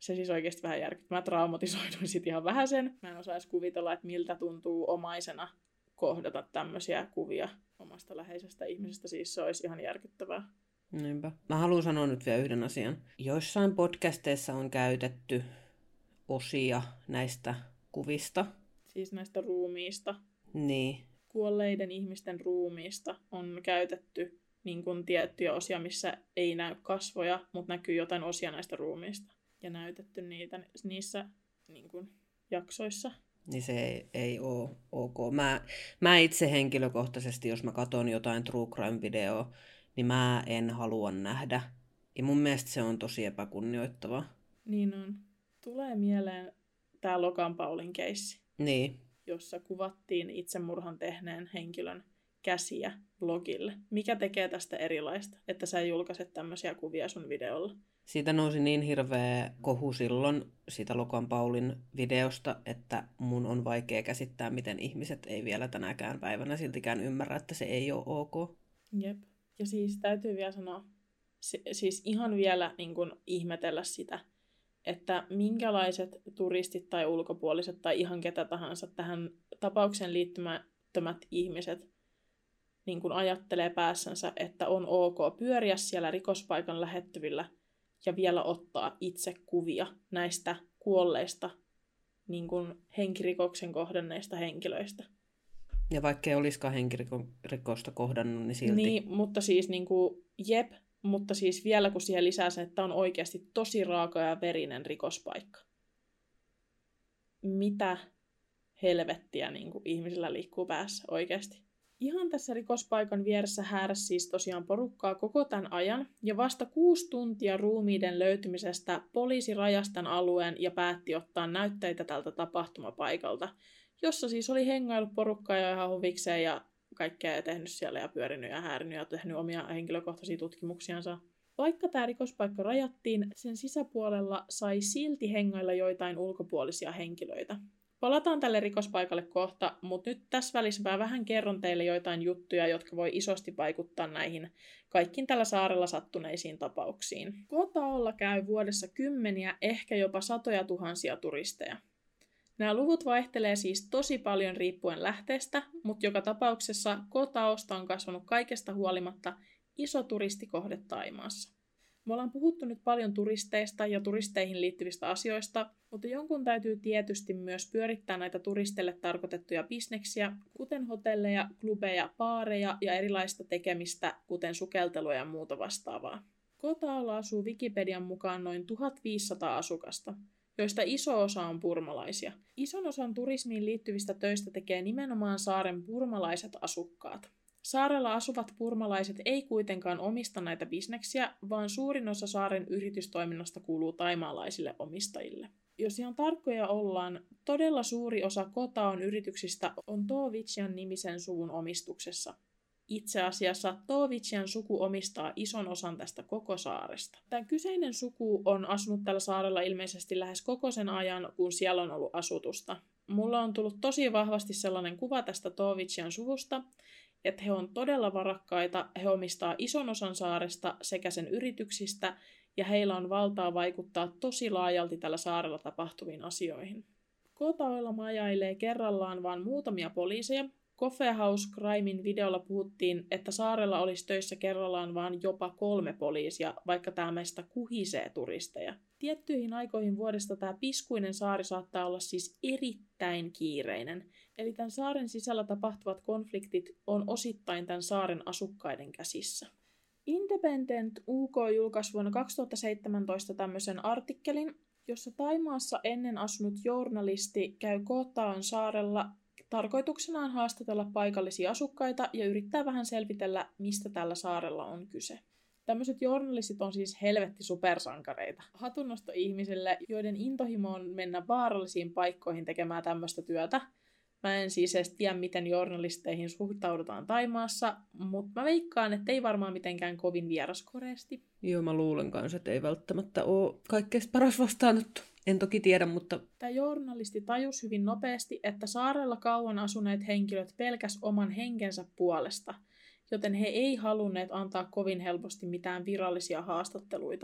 se siis oikeasti vähän järkytti. Mä traumatisoiduin sit ihan vähän sen. Mä en osaa edes kuvitella, että miltä tuntuu omaisena kohdata tämmöisiä kuvia omasta läheisestä ihmisestä. Siis se olisi ihan järkyttävää. Niinpä. Mä haluan sanoa nyt vielä yhden asian. Joissain podcasteissa on käytetty osia näistä kuvista. Siis näistä ruumiista. Niin. Kuolleiden ihmisten ruumiista on käytetty niin kuin tiettyjä osia, missä ei näy kasvoja, mutta näkyy jotain osia näistä ruumiista. Ja näytetty niitä niissä niin kuin jaksoissa. Niin se ei ole ok. Mä itse henkilökohtaisesti, jos mä katson jotain True Crime-videoa, niin mä en halua nähdä. Ja mun mielestä se on tosi epäkunnioittavaa. Niin on. Tulee mieleen tää Logan Paulin keissi. Niin. Jossa kuvattiin itsemurhan tehneen henkilön käsiä blogille. Mikä tekee tästä erilaista, että sä julkaiset tämmöisiä kuvia sun videolla? Siitä nousi niin hirveä kohu silloin siitä Logan Paulin videosta, että mun on vaikea käsittää, miten ihmiset ei vielä tänäkään päivänä siltikään ymmärrä, että se ei ole ok. Jep. Ja siis täytyy vielä sanoa, siis ihan vielä niin kun ihmetellä sitä, että minkälaiset turistit tai ulkopuoliset tai ihan ketä tahansa tähän tapaukseen liittymättömät ihmiset niin kun ajattelee päässänsä, että on ok pyöriä siellä rikospaikan lähettyvillä ja vielä ottaa itse kuvia näistä kuolleista niin kun henkirikoksen kohdanneista henkilöistä. Ja vaikka ei olisikaan henkirikosta kohdannut, niin silti. Niin, mutta siis niin kuin, jep, mutta siis vielä kun siihen lisää sen, että on oikeasti tosi raaka ja verinen rikospaikka. Mitä helvettiä niin kuin ihmisillä liikkuu päässä oikeasti? Ihan tässä rikospaikan vieressä hääräsi siis tosiaan porukkaa koko tämän ajan, ja vasta 6 tuntia ruumiiden löytymisestä poliisi rajasi tämän alueen ja päätti ottaa näytteitä tältä tapahtumapaikalta, jossa siis oli hengaillut porukkaa jo ihan huvikseen ja kaikkea ja tehnyt siellä ja pyörinyt ja häärinyt ja tehnyt omia henkilökohtaisia tutkimuksiansa. Vaikka tämä rikospaikka rajattiin, sen sisäpuolella sai silti hengailla joitain ulkopuolisia henkilöitä. Palataan tälle rikospaikalle kohta, mutta nyt tässä välissä mä vähän kerron teille joitain juttuja, jotka voi isosti vaikuttaa näihin kaikkiin tällä saarella sattuneisiin tapauksiin. Kotaolla käy vuodessa kymmeniä, ehkä jopa satoja tuhansia turisteja. Nämä luvut vaihtelee siis tosi paljon riippuen lähteestä, mutta joka tapauksessa Kotaosta on kasvanut kaikesta huolimatta iso turistikohde Thaimaassa. Me ollaan puhuttu nyt paljon turisteista ja turisteihin liittyvistä asioista, mutta jonkun täytyy tietysti myös pyörittää näitä turisteille tarkoitettuja bisneksiä, kuten hotelleja, klubeja, baareja ja erilaista tekemistä, kuten sukeltelua ja muuta vastaavaa. Kotaolla asuu Wikipedian mukaan noin 1500 asukasta, joista iso osa on burmalaisia. Ison osan turismiin liittyvistä töistä tekee nimenomaan saaren burmalaiset asukkaat. Saarella asuvat burmalaiset ei kuitenkaan omista näitä bisneksiä, vaan suurin osa saaren yritystoiminnasta kuuluu thaimaalaisille omistajille. Jos ihan tarkkoja ollaan, todella suuri osa Kotaon yrityksistä on Toovichian nimisen suvun omistuksessa. Itse asiassa Toovichian suku omistaa ison osan tästä koko saaresta. Tämä kyseinen suku on asunut tällä saarella ilmeisesti lähes koko sen ajan, kun siellä on ollut asutusta. Mulla on tullut tosi vahvasti sellainen kuva tästä Toovichian suvusta, että he on todella varakkaita, he omistaa ison osan saaresta sekä sen yrityksistä, ja heillä on valtaa vaikuttaa tosi laajalti tällä saarella tapahtuviin asioihin. Kotaoilla majailee kerrallaan vain muutamia poliiseja. Coffee House Crimein videolla puhuttiin, että saarella olisi töissä kerrallaan vain jopa 3 poliisia, vaikka tämä meistä kuhisee turisteja. Tiettyihin aikoihin vuodesta tämä piskuinen saari saattaa olla siis erittäin kiireinen, eli tämän saaren sisällä tapahtuvat konfliktit on osittain tämän saaren asukkaiden käsissä. Independent UK julkaisi vuonna 2017 tämmöisen artikkelin, jossa Thaimaassa ennen asunut journalisti käy Kotaon saarella tarkoituksenaan haastatella paikallisia asukkaita ja yrittää vähän selvitellä, mistä tällä saarella on kyse. Tämmöiset journalistit on siis helvetti supersankareita. Hatunnosto ihmisille, joiden intohimo on mennä vaarallisiin paikkoihin tekemään tämmöistä työtä. Mä en siis edes tiedä, miten journalisteihin suhtaudutaan Thaimaassa, mutta mä veikkaan, että ei varmaan mitenkään kovin vieraskoreesti. Joo, mä luulen kanssa, että ei välttämättä ole kaikkein paras vastaanotto. En toki tiedä, mutta... Tämä journalisti tajusi hyvin nopeasti, että saarella kauan asuneet henkilöt pelkäs oman henkensä puolesta, joten he ei halunneet antaa kovin helposti mitään virallisia haastatteluita.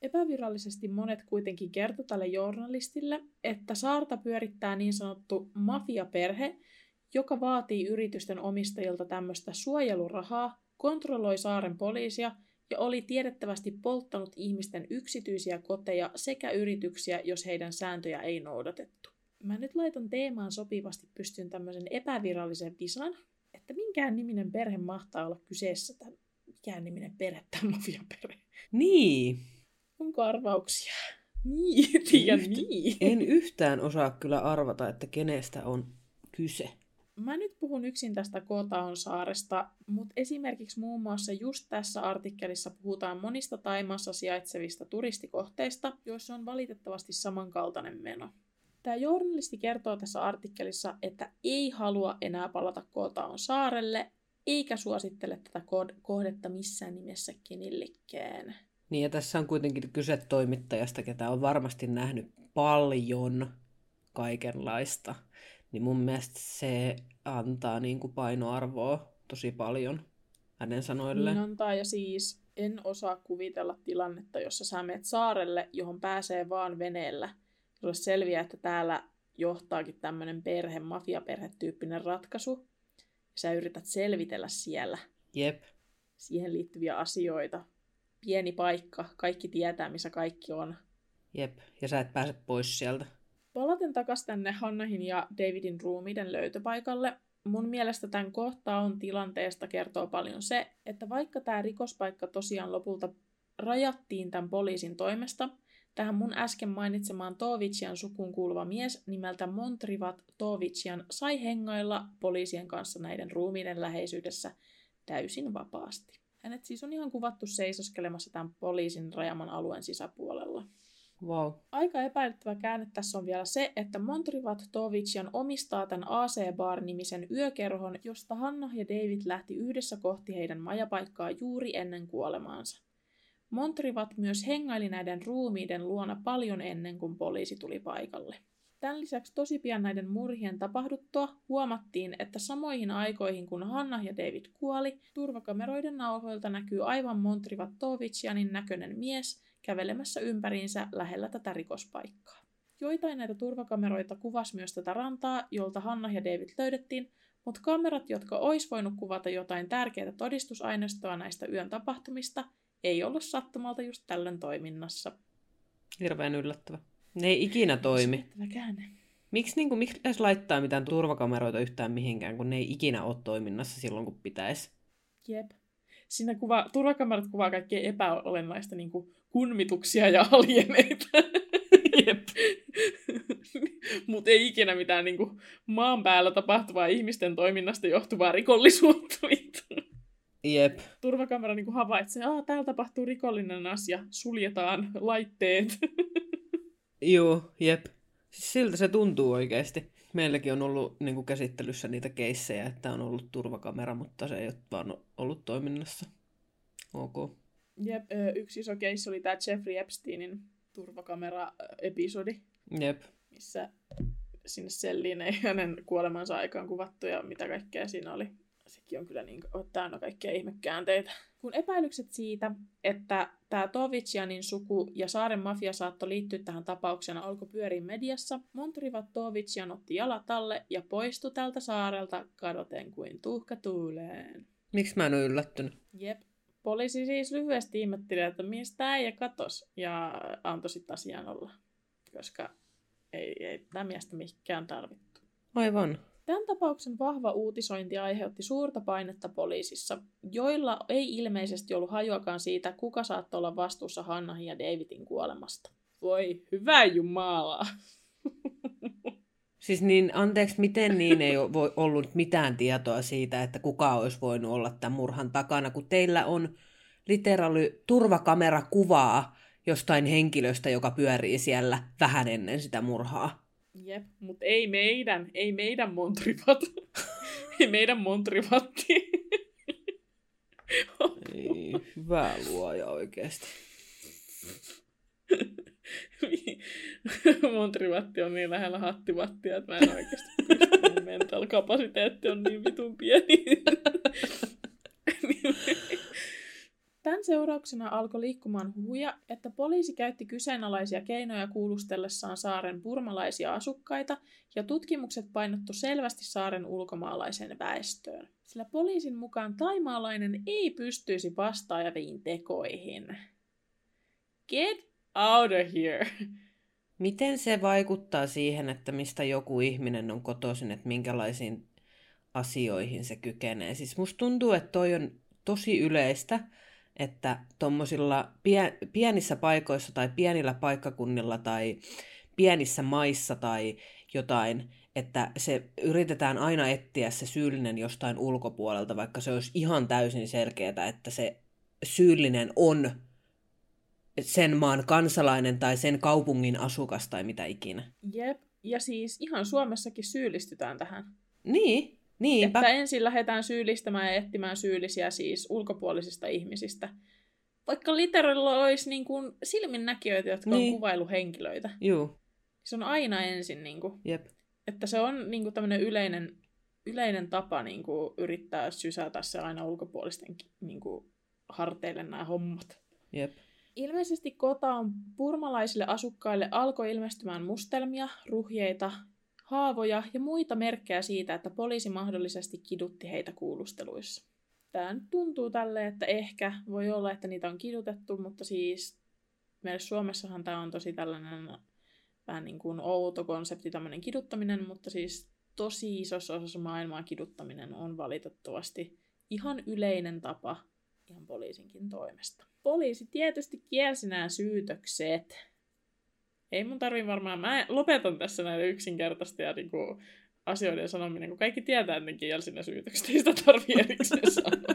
Epävirallisesti monet kuitenkin kertoi tälle journalistille, että saarta pyörittää niin sanottu mafiaperhe, joka vaatii yritysten omistajilta tämmöistä suojelurahaa, kontrolloi saaren poliisia ja oli tiedettävästi polttanut ihmisten yksityisiä koteja sekä yrityksiä, jos heidän sääntöjä ei noudatettu. Mä nyt laitan teemaan sopivasti pystyyn tämmöisen epävirallisen visan, että minkään niminen perhe mahtaa olla kyseessä. Mikään niminen perhe, tämä mafiaperhe. Niin. Onko arvauksia? Niin, tiedän niin. En yhtään osaa kyllä arvata, että kenestä on kyse. Mä nyt puhun yksin tästä Kotaon saaresta, mutta esimerkiksi muun muassa just tässä artikkelissa puhutaan monista Thaimaassa sijaitsevista turistikohteista, joissa on valitettavasti samankaltainen meno. Tämä journalisti kertoo tässä artikkelissa, että ei halua enää palata Kotaon saarelle, eikä suosittele tätä kohdetta missään nimessä kenellekään. Niin ja tässä on kuitenkin kyse toimittajasta, ketä on varmasti nähnyt paljon kaikenlaista. Niin mun mielestä se antaa niin kuin painoarvoa tosi paljon hänen sanoilleen. Niin antaa, ja siis en osaa kuvitella tilannetta, jossa sä menet saarelle, johon pääsee vaan veneellä. Sulle selviää, että täällä johtaakin tämmöinen mafiaperhetyyppinen ratkaisu. Ja sä yrität selvitellä siellä. Jep. Siihen liittyviä asioita. Pieni paikka, kaikki tietää, missä kaikki on. Jep, ja sä et pääse pois sieltä. Palaten takaisin tänne Hannahin ja Davidin ruumiiden löytöpaikalle. Mun mielestä tämän kohtaon tilanteesta kertoo paljon se, että vaikka tämä rikospaikka tosiaan lopulta rajattiin tämän poliisin toimesta, tähän mun äsken mainitsemaan Tovician sukuun kuuluva mies nimeltä Montrivat Tovician sai hengailla poliisien kanssa näiden ruumiiden läheisyydessä täysin vapaasti. Hänet siis on ihan kuvattu seisoskelemassa tämän poliisin rajaman alueen sisäpuolella. Wow. Aika epäilyttävä käänne tässä on vielä se, että Montrivat Tovician omistaa tämän AC Bar-nimisen yökerhon, josta Hanna ja David lähti yhdessä kohti heidän majapaikkaa juuri ennen kuolemaansa. Montrivat myös hengaili näiden ruumiiden luona paljon ennen kuin poliisi tuli paikalle. Tämän lisäksi tosi pian näiden murhien tapahduttua huomattiin, että samoihin aikoihin kun Hanna ja David kuoli, turvakameroiden nauhoilta näkyy aivan Montrivat Tovicianin näköinen mies kävelemässä ympäriinsä lähellä tätä rikospaikkaa. Joitain näitä turvakameroita kuvasi myös tätä rantaa, jolta Hanna ja David löydettiin, mutta kamerat, jotka olisi voinut kuvata jotain tärkeää todistusaineistoa näistä yön tapahtumista, ei ollut sattumalta just tällöin toiminnassa. Hirveän yllättävä. Ne ei ikinä toimi. Miksi edes laittaa mitään turvakameroita yhtään mihinkään, kun ne ei ikinä ole toiminnassa silloin, kun pitäisi? Jep. Siinä turvakamerat kuvaa kaikkea epäolennaista, niin kuin kunmituksia ja alieneita. Jep. Mutta ei ikinä mitään niin kuin maan päällä tapahtuvaa ihmisten toiminnasta johtuvaa rikollisuutta. Jep. Turvakamera niin kuin havaitsee, että täällä tapahtuu rikollinen asia, suljetaan laitteet. Joo, jep. Siis siltä se tuntuu oikeasti. Meilläkin on ollut niin kuin käsittelyssä niitä keissejä, että on ollut turvakamera, mutta se ei ole vaan ollut toiminnassa. Ok. Jep, yksi iso keissi oli tämä Jeffrey Epsteinin turvakamera-episodi. Jep. Missä sinne selliin ei hänen kuolemansa aikaan kuvattu ja mitä kaikkea siinä oli. Sekin on kyllä niin täynnä kaikkia ihmekäänteitä. Kun epäilykset siitä, että tämä Tovicianin suku ja saaren mafia saattoi liittyä tähän tapaukseen alkoi pyöriä mediassa, Montrivat Tovician otti jalat alle ja poistui tältä saarelta kadoten kuin tuhka tuuleen. Miksi mä en ole yllättynyt? Jep. Poliisi siis lyhyesti ihmetteli, että mistä äijä katos ja antoi sitten asiaan olla, koska ei tämä miestä mikään tarvittu. Aivan. Tämän tapauksen vahva uutisointi aiheutti suurta painetta poliisissa, joilla ei ilmeisesti ollut hajuakaan siitä, kuka saattoi olla vastuussa Hannahin ja Davidin kuolemasta. Voi hyvä jumala! Siis niin, anteeksi, miten niin ei ole ollut mitään tietoa siitä, että kuka olisi voinut olla tämän murhan takana, kun teillä on literaali turvakamerakuvaa jostain henkilöstä, joka pyörii siellä vähän ennen sitä murhaa. Jep, mutta ei meidän Montrivat. Ei meidän Montrivatti. Ei, hyvä luoja oikeasti. Montrivatti on niin lähellä hattivattia, että mä en oikeasti pysty. Mental kapasiteetti on niin vitun pieni. Tämän Tämän seurauksena alkoi liikkumaan huhuja, että poliisi käytti kyseenalaisia keinoja kuulustellessaan saaren burmalaisia asukkaita, ja tutkimukset painottu selvästi saaren ulkomaalaiseen väestöön. Sillä poliisin mukaan thaimaalainen ei pystyisi vastaaviin tekoihin. Get out of here! Miten se vaikuttaa siihen, että mistä joku ihminen on kotoisin, että minkälaisiin asioihin se kykenee? Siis musta tuntuu, että toi on tosi yleistä, että tommosilla pienissä paikoissa tai pienillä paikkakunnilla tai pienissä maissa tai jotain, että se yritetään aina etsiä se syyllinen jostain ulkopuolelta, vaikka se olisi ihan täysin selkeää, että se syyllinen on sen maan kansalainen tai sen kaupungin asukas tai mitä ikinä. Jep, ja siis ihan Suomessakin syyllistytään tähän. Niin, niinpä. Että ensin lähdetään syyllistämään ja etsimään syyllisiä siis ulkopuolisista ihmisistä. Vaikka literalla olisi niin kuin silminnäkijöitä, jotka on kuvailuhenkilöitä. Juu. Se on aina ensin, niin kuin, Jep. että se on niin kuin tämmöinen yleinen tapa niin kuin yrittää sysätä se aina ulkopuolisten niin kuin harteille nämä hommat. Jep. Ilmeisesti kotaan burmalaisille asukkaille alkoi ilmestymään mustelmia, ruhjeita, haavoja ja muita merkkejä siitä, että poliisi mahdollisesti kidutti heitä kuulusteluissa. Tämä nyt tuntuu tälleen, että ehkä voi olla, että niitä on kidutettu, mutta siis meillä Suomessahan tämä on tosi tällainen vähän niin kuin outo konsepti, tämmöinen kiduttaminen, mutta siis tosi isossa osassa maailmaa kiduttaminen on valitettavasti ihan yleinen tapa ihan poliisinkin toimesta. Poliisi tietysti kielsi nämä syytökset. Ei mun tarvii varmaan, mä lopetan tässä näiden yksinkertaisia niin kuin asioiden sanominen, kun kaikki tietää, että ne kielsi ne syytökset, ei sitä tarvii erikseen sanoa.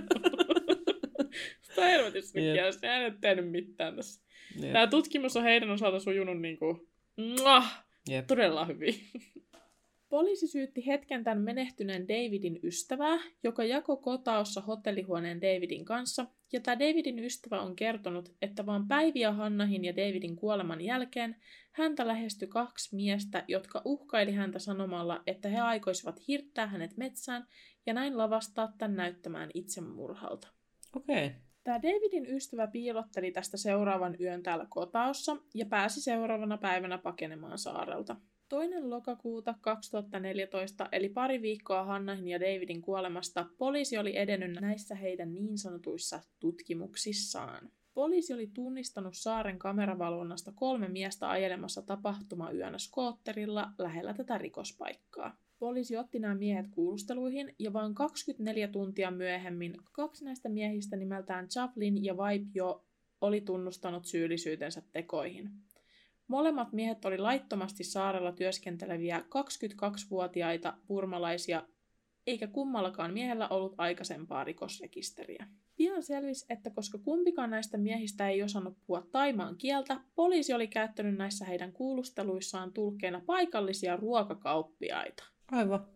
Sitä helvetissä ne kielsi, ne ei tehnyt mitään tässä. Yep. Tämä tutkimus on heidän osalta sujunut niin kuin, todella hyvin. Poliisi syytti hetken tämän menehtyneen Davidin ystävää, joka jakoi kotaossa hotellihuoneen Davidin kanssa, ja tämä Davidin ystävä on kertonut, että vain päiviä Hannahin ja Davidin kuoleman jälkeen häntä lähestyi 2 miestä, jotka uhkaili häntä sanomalla, että he aikoisivat hirttää hänet metsään ja näin lavastaa tämän näyttämään itsemurhalta. Okei. Tämä Davidin ystävä piilotteli tästä seuraavan yön täällä kotaossa ja pääsi seuraavana päivänä pakenemaan saarelta. 2. lokakuuta 2014, eli pari viikkoa Hannahin ja Davidin kuolemasta, poliisi oli edennyt näissä heidän niin sanotuissa tutkimuksissaan. Poliisi oli tunnistanut saaren kameravalvonnasta 3 miestä ajelemassa tapahtumayönä skootterilla lähellä tätä rikospaikkaa. Poliisi otti nämä miehet kuulusteluihin ja vain 24 tuntia myöhemmin 2 näistä miehistä nimeltään Chaplin ja Vaipio oli tunnustanut syyllisyytensä tekoihin. Molemmat miehet oli laittomasti saarella työskenteleviä 22-vuotiaita burmalaisia, eikä kummallakaan miehellä ollut aikaisempaa rikosrekisteriä. Pian selvisi, että koska kumpikaan näistä miehistä ei osannut puhua thaimaan kieltä, poliisi oli käyttänyt näissä heidän kuulusteluissaan tulkkeina paikallisia ruokakauppiaita. Aivan.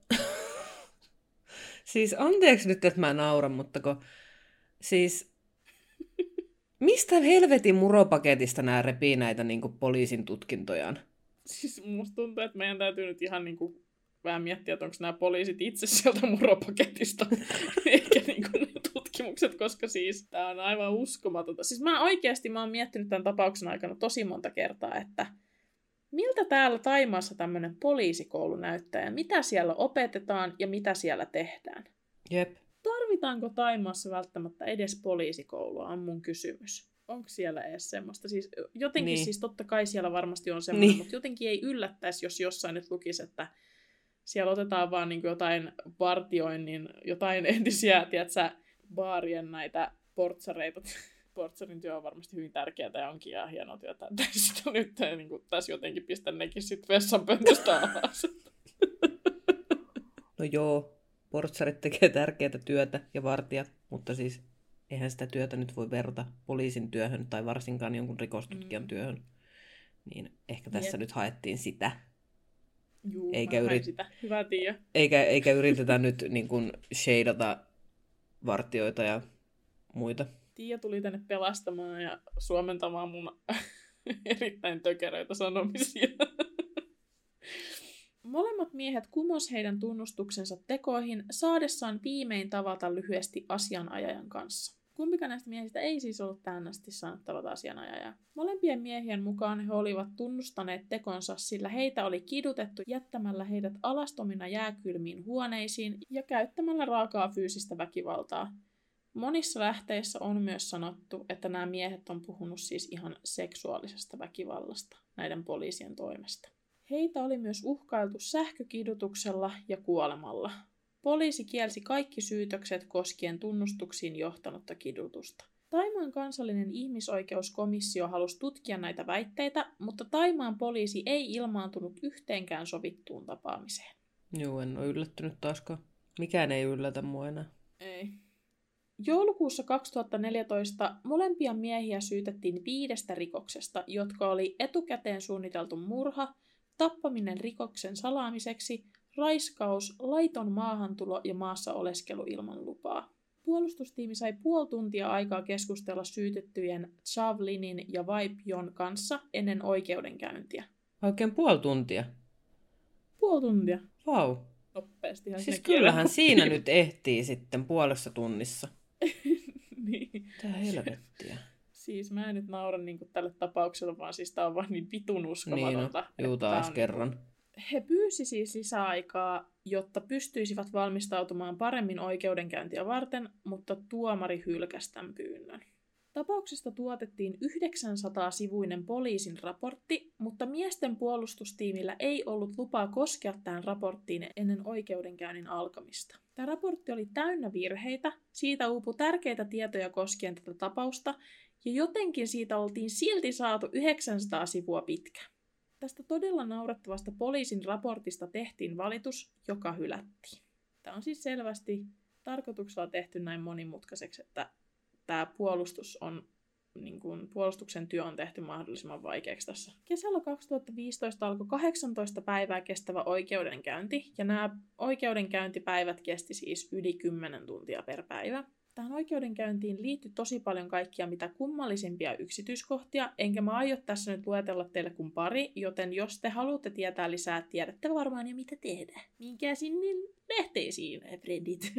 Siis anteeksi nyt, että mä nauran, mutta siis mistä helvetin muropaketista nämä repii näitä niin kuin poliisin tutkintojaan? Siis musta tuntuu, että meidän täytyy nyt ihan niin kuin vähän miettiä, että onko nämä poliisit itse sieltä muropaketista, eikä niin kuin ne tutkimukset, koska siis tämä on aivan uskomatonta. Siis mä oon miettinyt tämän tapauksen aikana tosi monta kertaa, että miltä täällä Thaimaassa tämmöinen poliisikoulu näyttää ja mitä siellä opetetaan ja mitä siellä tehdään? Jep. Tarvitaanko Thaimaassa välttämättä edes poliisikoulua, on mun kysymys. Onko siellä edes semmoista? Siis jotenkin siis totta kai siellä varmasti on semmoinen, mutta jotenkin ei yllättäisi, jos jossain nyt lukisi, että siellä otetaan vaan niin kuin jotain vartioinnin, jotain entisiä, tiedätkö, baarien näitä portsareita. Portsarin työ on varmasti hyvin tärkeää ja onkin ihan hienoa työtä. Sitten nyt niin kuin, tässä jotenkin pistän nekin sitten vessanpöntöstä alas. No joo, portsarit tekee tärkeää työtä ja vartijat, mutta siis eihän sitä työtä nyt voi verrata poliisin työhön tai varsinkaan jonkun rikostutkijan työhön. Niin ehkä tässä nyt haettiin sitä. Juu, sitä. Hyvä Tiia. Eikä yritetä nyt niin kuin shadeata vartijoita ja muita. Tiia tuli tänne pelastamaan ja suomentamaan mun erittäin tökeröitä sanomisia. Molemmat miehet kumos heidän tunnustuksensa tekoihin saadessaan viimein tavata lyhyesti asianajajan kanssa. Kumpikaan näistä miehistä ei siis ollut tähän asti sanottavat asianajajaa. Molempien miehien mukaan he olivat tunnustaneet tekonsa, sillä heitä oli kidutettu jättämällä heidät alastomina jääkylmiin huoneisiin ja käyttämällä raakaa fyysistä väkivaltaa. Monissa lähteissä on myös sanottu, että nämä miehet on puhunut siis ihan seksuaalisesta väkivallasta näiden poliisien toimesta. Heitä oli myös uhkailtu sähkökidutuksella ja kuolemalla. Poliisi kielsi kaikki syytökset koskien tunnustuksiin johtanutta kidutusta. Thaimaan kansallinen ihmisoikeuskomissio halusi tutkia näitä väitteitä, mutta Thaimaan poliisi ei ilmaantunut yhteenkään sovittuun tapaamiseen. Joo, en ole yllättynyt taaskaan. Mikään ei yllätä mua enää. Ei. Joulukuussa 2014 molempia miehiä syytettiin 5 rikoksesta, jotka oli etukäteen suunniteltu murha, tappaminen rikoksen salaamiseksi, raiskaus, laiton maahantulo ja maassa oleskelu ilman lupaa. Puolustustiimi sai puoli tuntia aikaa keskustella syytettyjen Chavlinin ja Vaipion kanssa ennen oikeudenkäyntiä. Oikein puoli tuntia? Puoli tuntia. Vau. Nopeasti. Siis kyllähän siinä nyt ehtii sitten puolessa tunnissa. Niin. Mitä helvettiä. Siis mä en nyt naura tälle tapaukselle, vaan siis tää on vaan niin vitun uskomatonta. Niin juu taas kerran. He pyysi siis lisäaikaa, jotta pystyisivät valmistautumaan paremmin oikeudenkäyntiä varten, mutta tuomari hylkäsi tämän pyynnön. Tapauksesta tuotettiin 900-sivuinen poliisin raportti, mutta miesten puolustustiimillä ei ollut lupaa koskea tähän raporttiin ennen oikeudenkäynnin alkamista. Tämä raportti oli täynnä virheitä, siitä uupui tärkeitä tietoja koskien tätä tapausta, ja jotenkin siitä oltiin silti saatu 900 sivua pitkä. Tästä todella naurettavasta poliisin raportista tehtiin valitus, joka hylättiin. Tämä on siis selvästi tarkoituksella tehty näin monimutkaiseksi, että tämä puolustuksen työ on tehty mahdollisimman vaikeaksi tässä. Kesällä 2015 alkoi 18 päivää kestävä oikeudenkäynti, ja nämä oikeudenkäyntipäivät kesti siis yli 10 tuntia per päivä. Tähän oikeudenkäyntiin liittyi tosi paljon kaikkia mitä kummallisimpia yksityiskohtia, enkä mä aio tässä nyt luetella teille kuin pari, joten jos te haluatte tietää lisää, tiedätte varmaan jo mitä tehdä. Minkä sinne lähteisiin, frendit.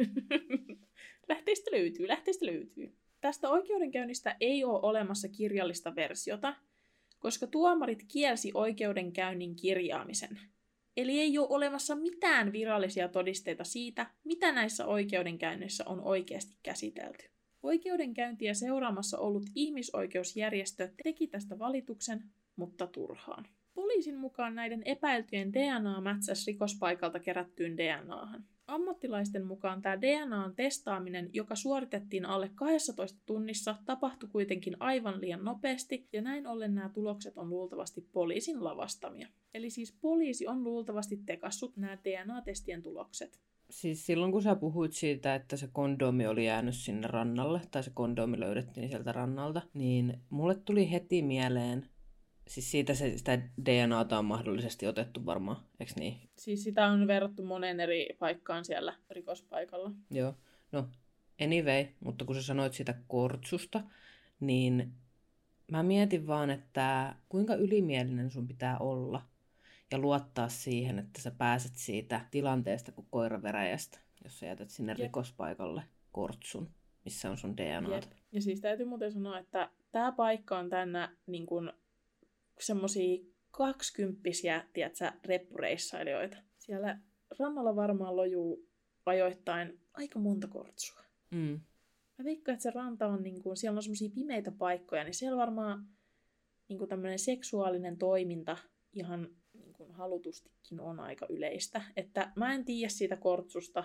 Lähteistä löytyy. Tästä oikeudenkäynnistä ei ole olemassa kirjallista versiota, koska tuomarit kielsi oikeudenkäynnin kirjaamisen. Eli ei ole olemassa mitään virallisia todisteita siitä, mitä näissä oikeudenkäynneissä on oikeasti käsitelty. Oikeudenkäyntiä seuraamassa ollut ihmisoikeusjärjestö teki tästä valituksen, mutta turhaan. Poliisin mukaan näiden epäiltyjen DNA mätsäsi rikospaikalta kerättyyn DNAhan. Ammattilaisten mukaan tämä DNAn testaaminen, joka suoritettiin alle 12 tunnissa, tapahtui kuitenkin aivan liian nopeasti, ja näin ollen nämä tulokset on luultavasti poliisin lavastamia. Eli siis poliisi on luultavasti tekassut nämä DNA-testien tulokset. Siis silloin kun sä puhuit siitä, että se kondoomi oli jäänyt sinne rannalle, tai se kondoomi löydettiin sieltä rannalta, niin mulle tuli heti mieleen, siis siitä sitä DNAta on mahdollisesti otettu varmaan, eikö niin? Siis sitä on verrattu moneen eri paikkaan siellä rikospaikalla. Joo, no anyway, mutta kun sä sanoit sitä kortsusta, niin mä mietin vaan, että kuinka ylimielinen sun pitää olla ja luottaa siihen, että sä pääset siitä tilanteesta kuin koiraveräjästä, jos sä jätät sinne rikospaikalle kortsun, missä on sun DNAta. Ja siis täytyy muuten sanoa, että tää paikka on täynnä niin kuin semmosia 20-vuotiaita, tiedätkö, reppureissailijoita. Siellä rannalla varmaan lojuu ajoittain aika monta kortsua. Mm. Mä veikkaan, että se ranta on, niin kuin, siellä on semmosia pimeitä paikkoja, niin siellä varmaan niin kuin tämmöinen seksuaalinen toiminta ihan niin kuin halutustikin on aika yleistä. Että mä en tiedä siitä kortsusta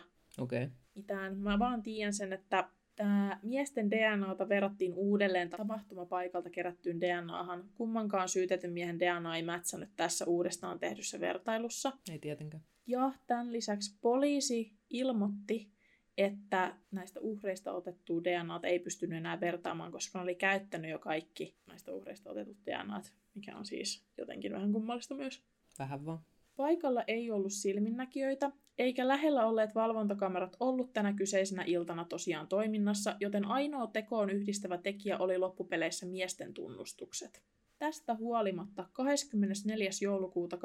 mitään. Mä vaan tiedän sen, että tämä miesten DNAta verrattiin uudelleen tapahtumapaikalta kerättyyn DNAhan. Kummankaan syytetyn miehen DNA ei mätsännyt tässä uudestaan tehdyssä vertailussa. Ei tietenkään. Ja tämän lisäksi poliisi ilmoitti, että näistä uhreista otettua DNAta ei pystynyt enää vertaamaan, koska ne oli käyttänyt jo kaikki näistä uhreista otetut DNAt, mikä on siis jotenkin vähän kummallista myös. Vähän vaan. Paikalla ei ollut silminnäkijöitä, eikä lähellä olleet valvontakamerat ollut tänä kyseisenä iltana tosiaan toiminnassa, joten ainoa tekoon yhdistävä tekijä oli loppupeleissä miesten tunnustukset. Tästä huolimatta 24. joulukuuta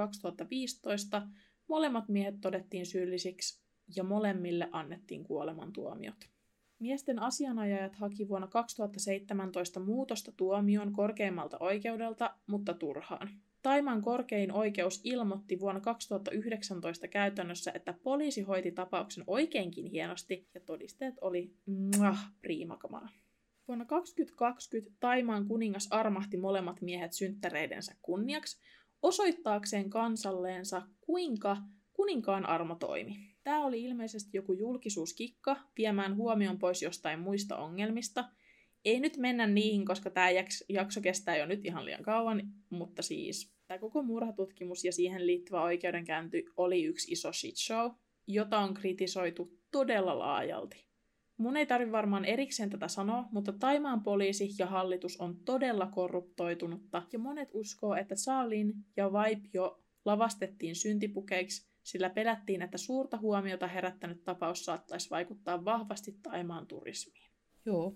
2015 molemmat miehet todettiin syyllisiksi ja molemmille annettiin kuolemantuomiot. Miesten asianajajat haki vuonna 2017 muutosta tuomioon korkeimmalta oikeudelta, mutta turhaan. Thaimaan korkein oikeus ilmoitti vuonna 2019 käytännössä, että poliisi hoiti tapauksen oikeinkin hienosti ja todisteet oli priimakamala. Vuonna 2020 Thaimaan kuningas armahti molemmat miehet synttäreidensä kunniaksi osoittaakseen kansalleensa, kuinka kuninkaan armo toimi. Tämä oli ilmeisesti joku julkisuuskikka viemään huomion pois jostain muista ongelmista. Ei nyt mennä niihin, koska tämä jakso kestää jo nyt ihan liian kauan, mutta siis tämä koko murhatutkimus ja siihen liittyvä oikeudenkäynti oli yksi iso shit show, jota on kritisoitu todella laajalti. Mun ei tarvi varmaan erikseen tätä sanoa, mutta Thaimaan poliisi ja hallitus on todella korruptoitunutta ja monet uskoo, että Shaolin ja Vaipio lavastettiin syntipukeiksi, sillä pelättiin, että suurta huomiota herättänyt tapaus saattaisi vaikuttaa vahvasti Thaimaan turismiin. Joo.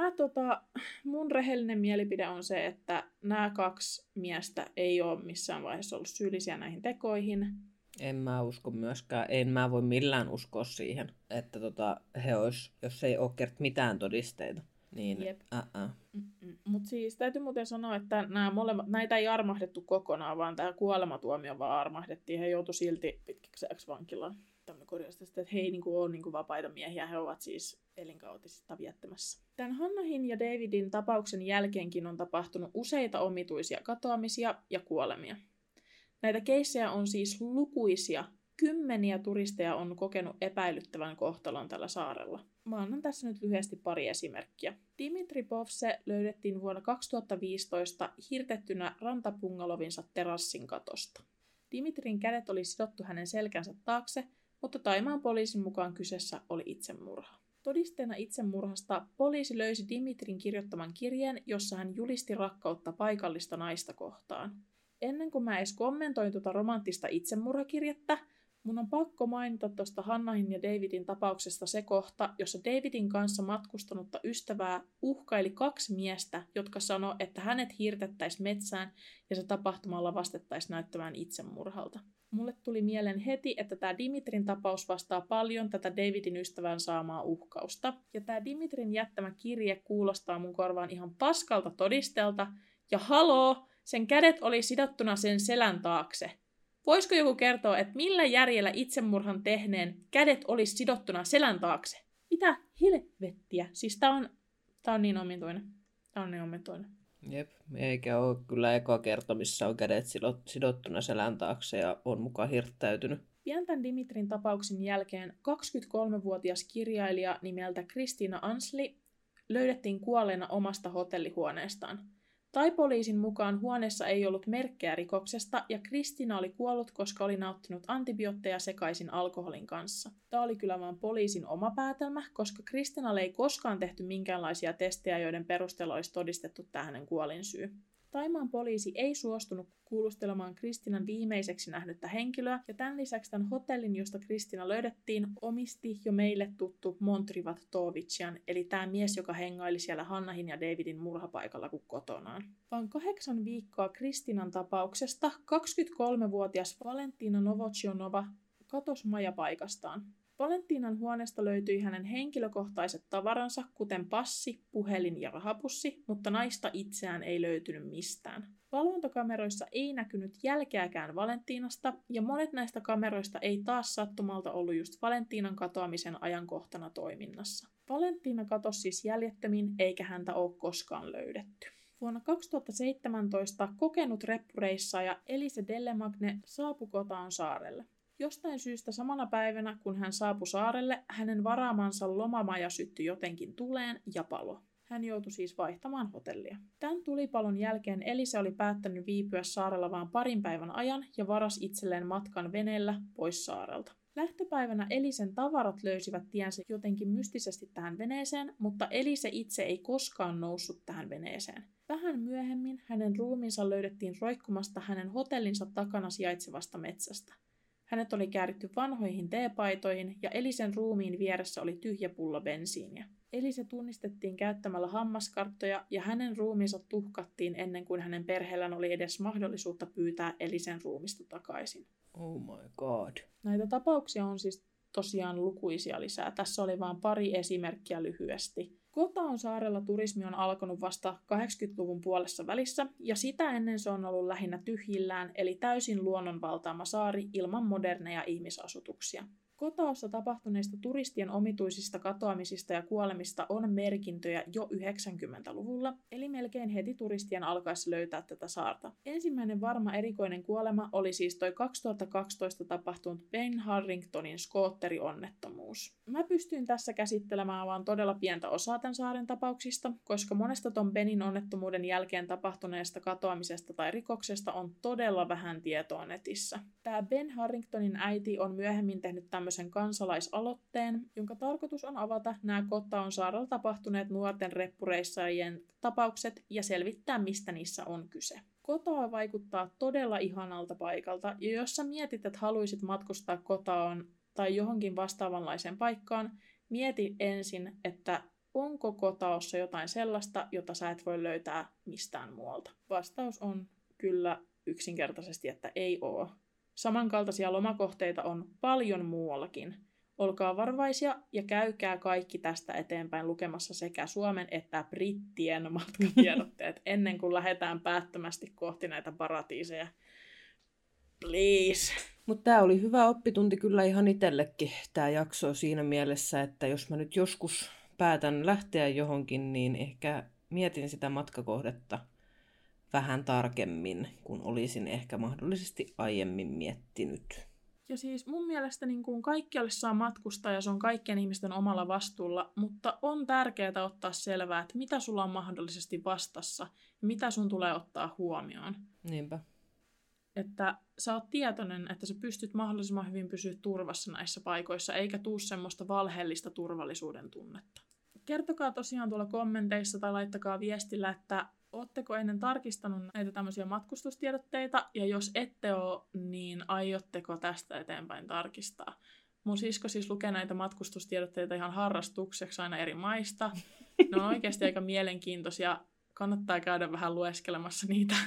Mun rehellinen mielipide on se, että nämä 2 miestä ei ole missään vaiheessa ollut syyllisiä näihin tekoihin. En mä usko myöskään. En mä voi millään uskoa siihen, että he ois, jos ei ole mitään todisteita. Niin, Mutta siis täytyy muuten sanoa, että näitä ei armahdettu kokonaan, vaan tämä kuolematuomio vaan armahdettiin. He joutu silti pitkäksi ajaksi vankilaan. Tämmöinen korjausta, että he ei ole vapaita miehiä, he ovat siis elinkautisista viettämässä. Tämän Hannahin ja Davidin tapauksen jälkeenkin on tapahtunut useita omituisia katoamisia ja kuolemia. Näitä keissejä on siis lukuisia. 10 turisteja on kokenut epäilyttävän kohtalon tällä saarella. Mä annan tässä nyt lyhyesti pari esimerkkiä. Dimitri Povse löydettiin vuonna 2015 hirtettynä rantapungalovinsa terassin katosta. Dimitrin kädet oli sidottu hänen selkänsä taakse, mutta Thaimaan poliisin mukaan kyseessä oli itsemurha. Todisteena itsemurhasta poliisi löysi Dimitrin kirjoittaman kirjeen, jossa hän julisti rakkautta paikallista naista kohtaan. Ennen kuin mä edes kommentoin tuota romanttista itsemurhakirjettä, mun on pakko mainita tuosta Hannahin ja Davidin tapauksesta se kohta, jossa Davidin kanssa matkustanutta ystävää uhkaili 2 miestä, jotka sanoi, että hänet hirtettäisiin metsään ja se tapahtuma lavastettaisiin näyttämään itsemurhalta. Mulle tuli mieleen heti, että tämä Dimitrin tapaus vastaa paljon tätä Davidin ystävän saamaa uhkausta. Ja tämä Dimitrin jättämä kirje kuulostaa mun korvaan ihan paskalta todistelta. Ja haloo, sen kädet oli sidottuna sen selän taakse. Voisiko joku kertoa, että millä järjellä itsemurhan tehneen kädet olisi sidottuna selän taakse? Mitä helvettiä? Siis tää on niin omituinen. Jep, eikä ole kyllä eka kerta, missä on kädet sidottuna selän taakse ja on mukaan hirttäytynyt. Pian tämän Dimitrin tapauksen jälkeen 23-vuotias kirjailija nimeltä Christina Ansli löydettiin kuolleena omasta hotellihuoneestaan. Thai-poliisin mukaan huoneessa ei ollut merkkejä rikoksesta ja Kristina oli kuollut, koska oli nauttinut antibiootteja sekaisin alkoholin kanssa. Tämä oli kyllä vain poliisin oma päätelmä, koska Kristinalle ei koskaan tehty minkäänlaisia testejä, joiden perusteella olisi todistettu tämä hänen kuolinsyy. Thaimaan poliisi ei suostunut kuulustelemaan Kristinan viimeiseksi nähnyttä henkilöä, ja tämän lisäksi tämän hotellin, josta Kristina löydettiin, omisti jo meille tuttu Montrivat Tovician, eli tämä mies, joka hengaili siellä Hannahin ja Davidin murhapaikalla kuin kotonaan. Vaan 8 viikkoa Kristinan tapauksesta 23-vuotias Valentina Novocionova katosi majapaikastaan. Valentinan huoneesta löytyi hänen henkilökohtaiset tavaransa, kuten passi, puhelin ja rahapussi, mutta naista itseään ei löytynyt mistään. Valvontakameroissa ei näkynyt jälkeäkään Valentinasta, ja monet näistä kameroista ei taas sattumalta ollut just Valentinan katoamisen ajankohtana toiminnassa. Valentina katosi siis jäljettömin, eikä häntä ole koskaan löydetty. Vuonna 2017 kokenut reppureissaaja Elise Dellemagne saapui Kotaon saarelle. Jostain syystä samana päivänä, kun hän saapui saarelle, hänen varaamansa lomamaja syttyi jotenkin tuleen ja palo. Hän joutui siis vaihtamaan hotellia. Tämän tulipalon jälkeen Elise oli päättänyt viipyä saarella vain 2 päivän ajan ja varasi itselleen matkan veneellä pois saarelta. Lähtöpäivänä Elisen tavarat löysivät tiensä jotenkin mystisesti tähän veneeseen, mutta Elise itse ei koskaan noussut tähän veneeseen. Vähän myöhemmin hänen ruumiinsa löydettiin roikkumasta hänen hotellinsa takana sijaitsevasta metsästä. Hänet oli kääritty vanhoihin teepaitoihin ja Elisen ruumiin vieressä oli tyhjä pullo bensiiniä. Elise tunnistettiin käyttämällä hammaskarttoja ja hänen ruumiinsa tuhkattiin ennen kuin hänen perheellään oli edes mahdollisuutta pyytää Elisen ruumista takaisin. Oh my god. Näitä tapauksia on siis tosiaan lukuisia lisää. Tässä oli vain pari esimerkkiä lyhyesti. Kotaon saarella turismi on alkanut vasta 80-luvun puolessa välissä, ja sitä ennen se on ollut lähinnä tyhjillään, eli täysin luonnonvaltaama saari ilman moderneja ihmisasutuksia. Kotaossa tapahtuneista turistien omituisista katoamisista ja kuolemista on merkintöjä jo 90-luvulla, eli melkein heti turistien alkaessa löytää tätä saarta. Ensimmäinen varma erikoinen kuolema oli siis toi 2012 tapahtunut Ben Harringtonin skootterionnettomuus. Mä pystyin tässä käsittelemään vaan todella pientä osaa tämän saaren tapauksista, koska monesta ton Benin onnettomuuden jälkeen tapahtuneesta katoamisesta tai rikoksesta on todella vähän tietoa netissä. Tää Ben Harringtonin äiti on myöhemmin tehnyt tämmöisen kansalaisaloitteen, jonka tarkoitus on avata nämä Kotaon saarella tapahtuneet nuorten reppureissaajien tapaukset ja selvittää, mistä niissä on kyse. Kotao vaikuttaa todella ihanalta paikalta, ja jos sä mietit, että haluaisit matkustaa Kotaoon tai johonkin vastaavanlaiseen paikkaan, mieti ensin, että onko Kotaossa jotain sellaista, jota sä et voi löytää mistään muualta. Vastaus on kyllä yksinkertaisesti, että ei oo. Samankaltaisia lomakohteita on paljon muuallakin. Olkaa varovaisia ja käykää kaikki tästä eteenpäin lukemassa sekä Suomen että brittien matkatiedotteet ennen kuin lähdetään päättömästi kohti näitä paratiiseja. Please. Mutta tämä oli hyvä oppitunti kyllä ihan itsellekin tämä jakso siinä mielessä, että jos mä nyt joskus päätän lähteä johonkin, niin ehkä mietin sitä matkakohdetta vähän tarkemmin, kun olisin ehkä mahdollisesti aiemmin miettinyt. Ja siis mun mielestä niin kuin kaikkialle saa matkustaa ja se on kaikkien ihmisten omalla vastuulla, mutta on tärkeää ottaa selvää, että mitä sulla on mahdollisesti vastassa ja mitä sun tulee ottaa huomioon. Niinpä. Että sä oot tietoinen, että sä pystyt mahdollisimman hyvin pysyä turvassa näissä paikoissa, eikä tuu semmoista valheellista turvallisuuden tunnetta. Kertokaa tosiaan tuolla kommenteissa tai laittakaa viestillä, että ootteko ennen tarkistanut näitä tämmöisiä matkustustiedotteita, ja jos ette ole, niin aiotteko tästä eteenpäin tarkistaa? Mun sisko siis lukee näitä matkustustiedotteita ihan harrastukseksi aina eri maista. Ne on oikeasti aika mielenkiintoisia. Kannattaa käydä vähän lueskelemassa niitä.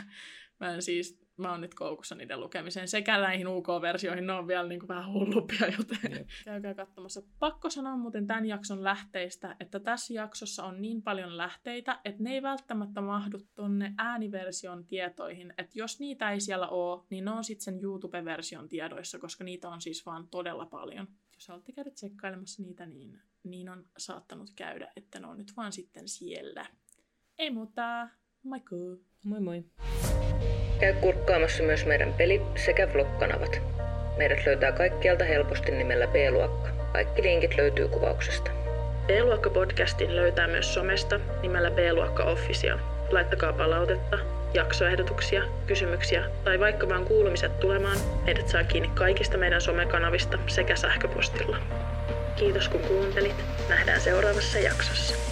Mä oon nyt koukussa niiden lukemiseen. Sekä näihin UK-versioihin ne on vielä niin kuin vähän hullupia, joten käykää katsomassa. Pakko sanoa muuten tämän jakson lähteistä, että tässä jaksossa on niin paljon lähteitä, että ne ei välttämättä mahdu tonne ääniversion tietoihin. Että jos niitä ei siellä ole, niin ne on sitten sen YouTube-version tiedoissa, koska niitä on siis vaan todella paljon. Jos haluatte käydä tsekkailemassa niitä, niin on saattanut käydä, että ne on nyt vaan sitten siellä. Ei muuta, moikku! Moi moi! Käy kurkkaamassa myös meidän peli- sekä vlog-kanavat. Meidät löytää kaikkialta helposti nimellä B-luokka. Kaikki linkit löytyy kuvauksesta. B-luokka-podcastin löytää myös somesta nimellä B-luokka Official. Laittakaa palautetta, jaksoehdotuksia, kysymyksiä tai vaikka vaan kuulumiset tulemaan. Meidät saa kiinni kaikista meidän somekanavista sekä sähköpostilla. Kiitos kun kuuntelit. Nähdään seuraavassa jaksossa.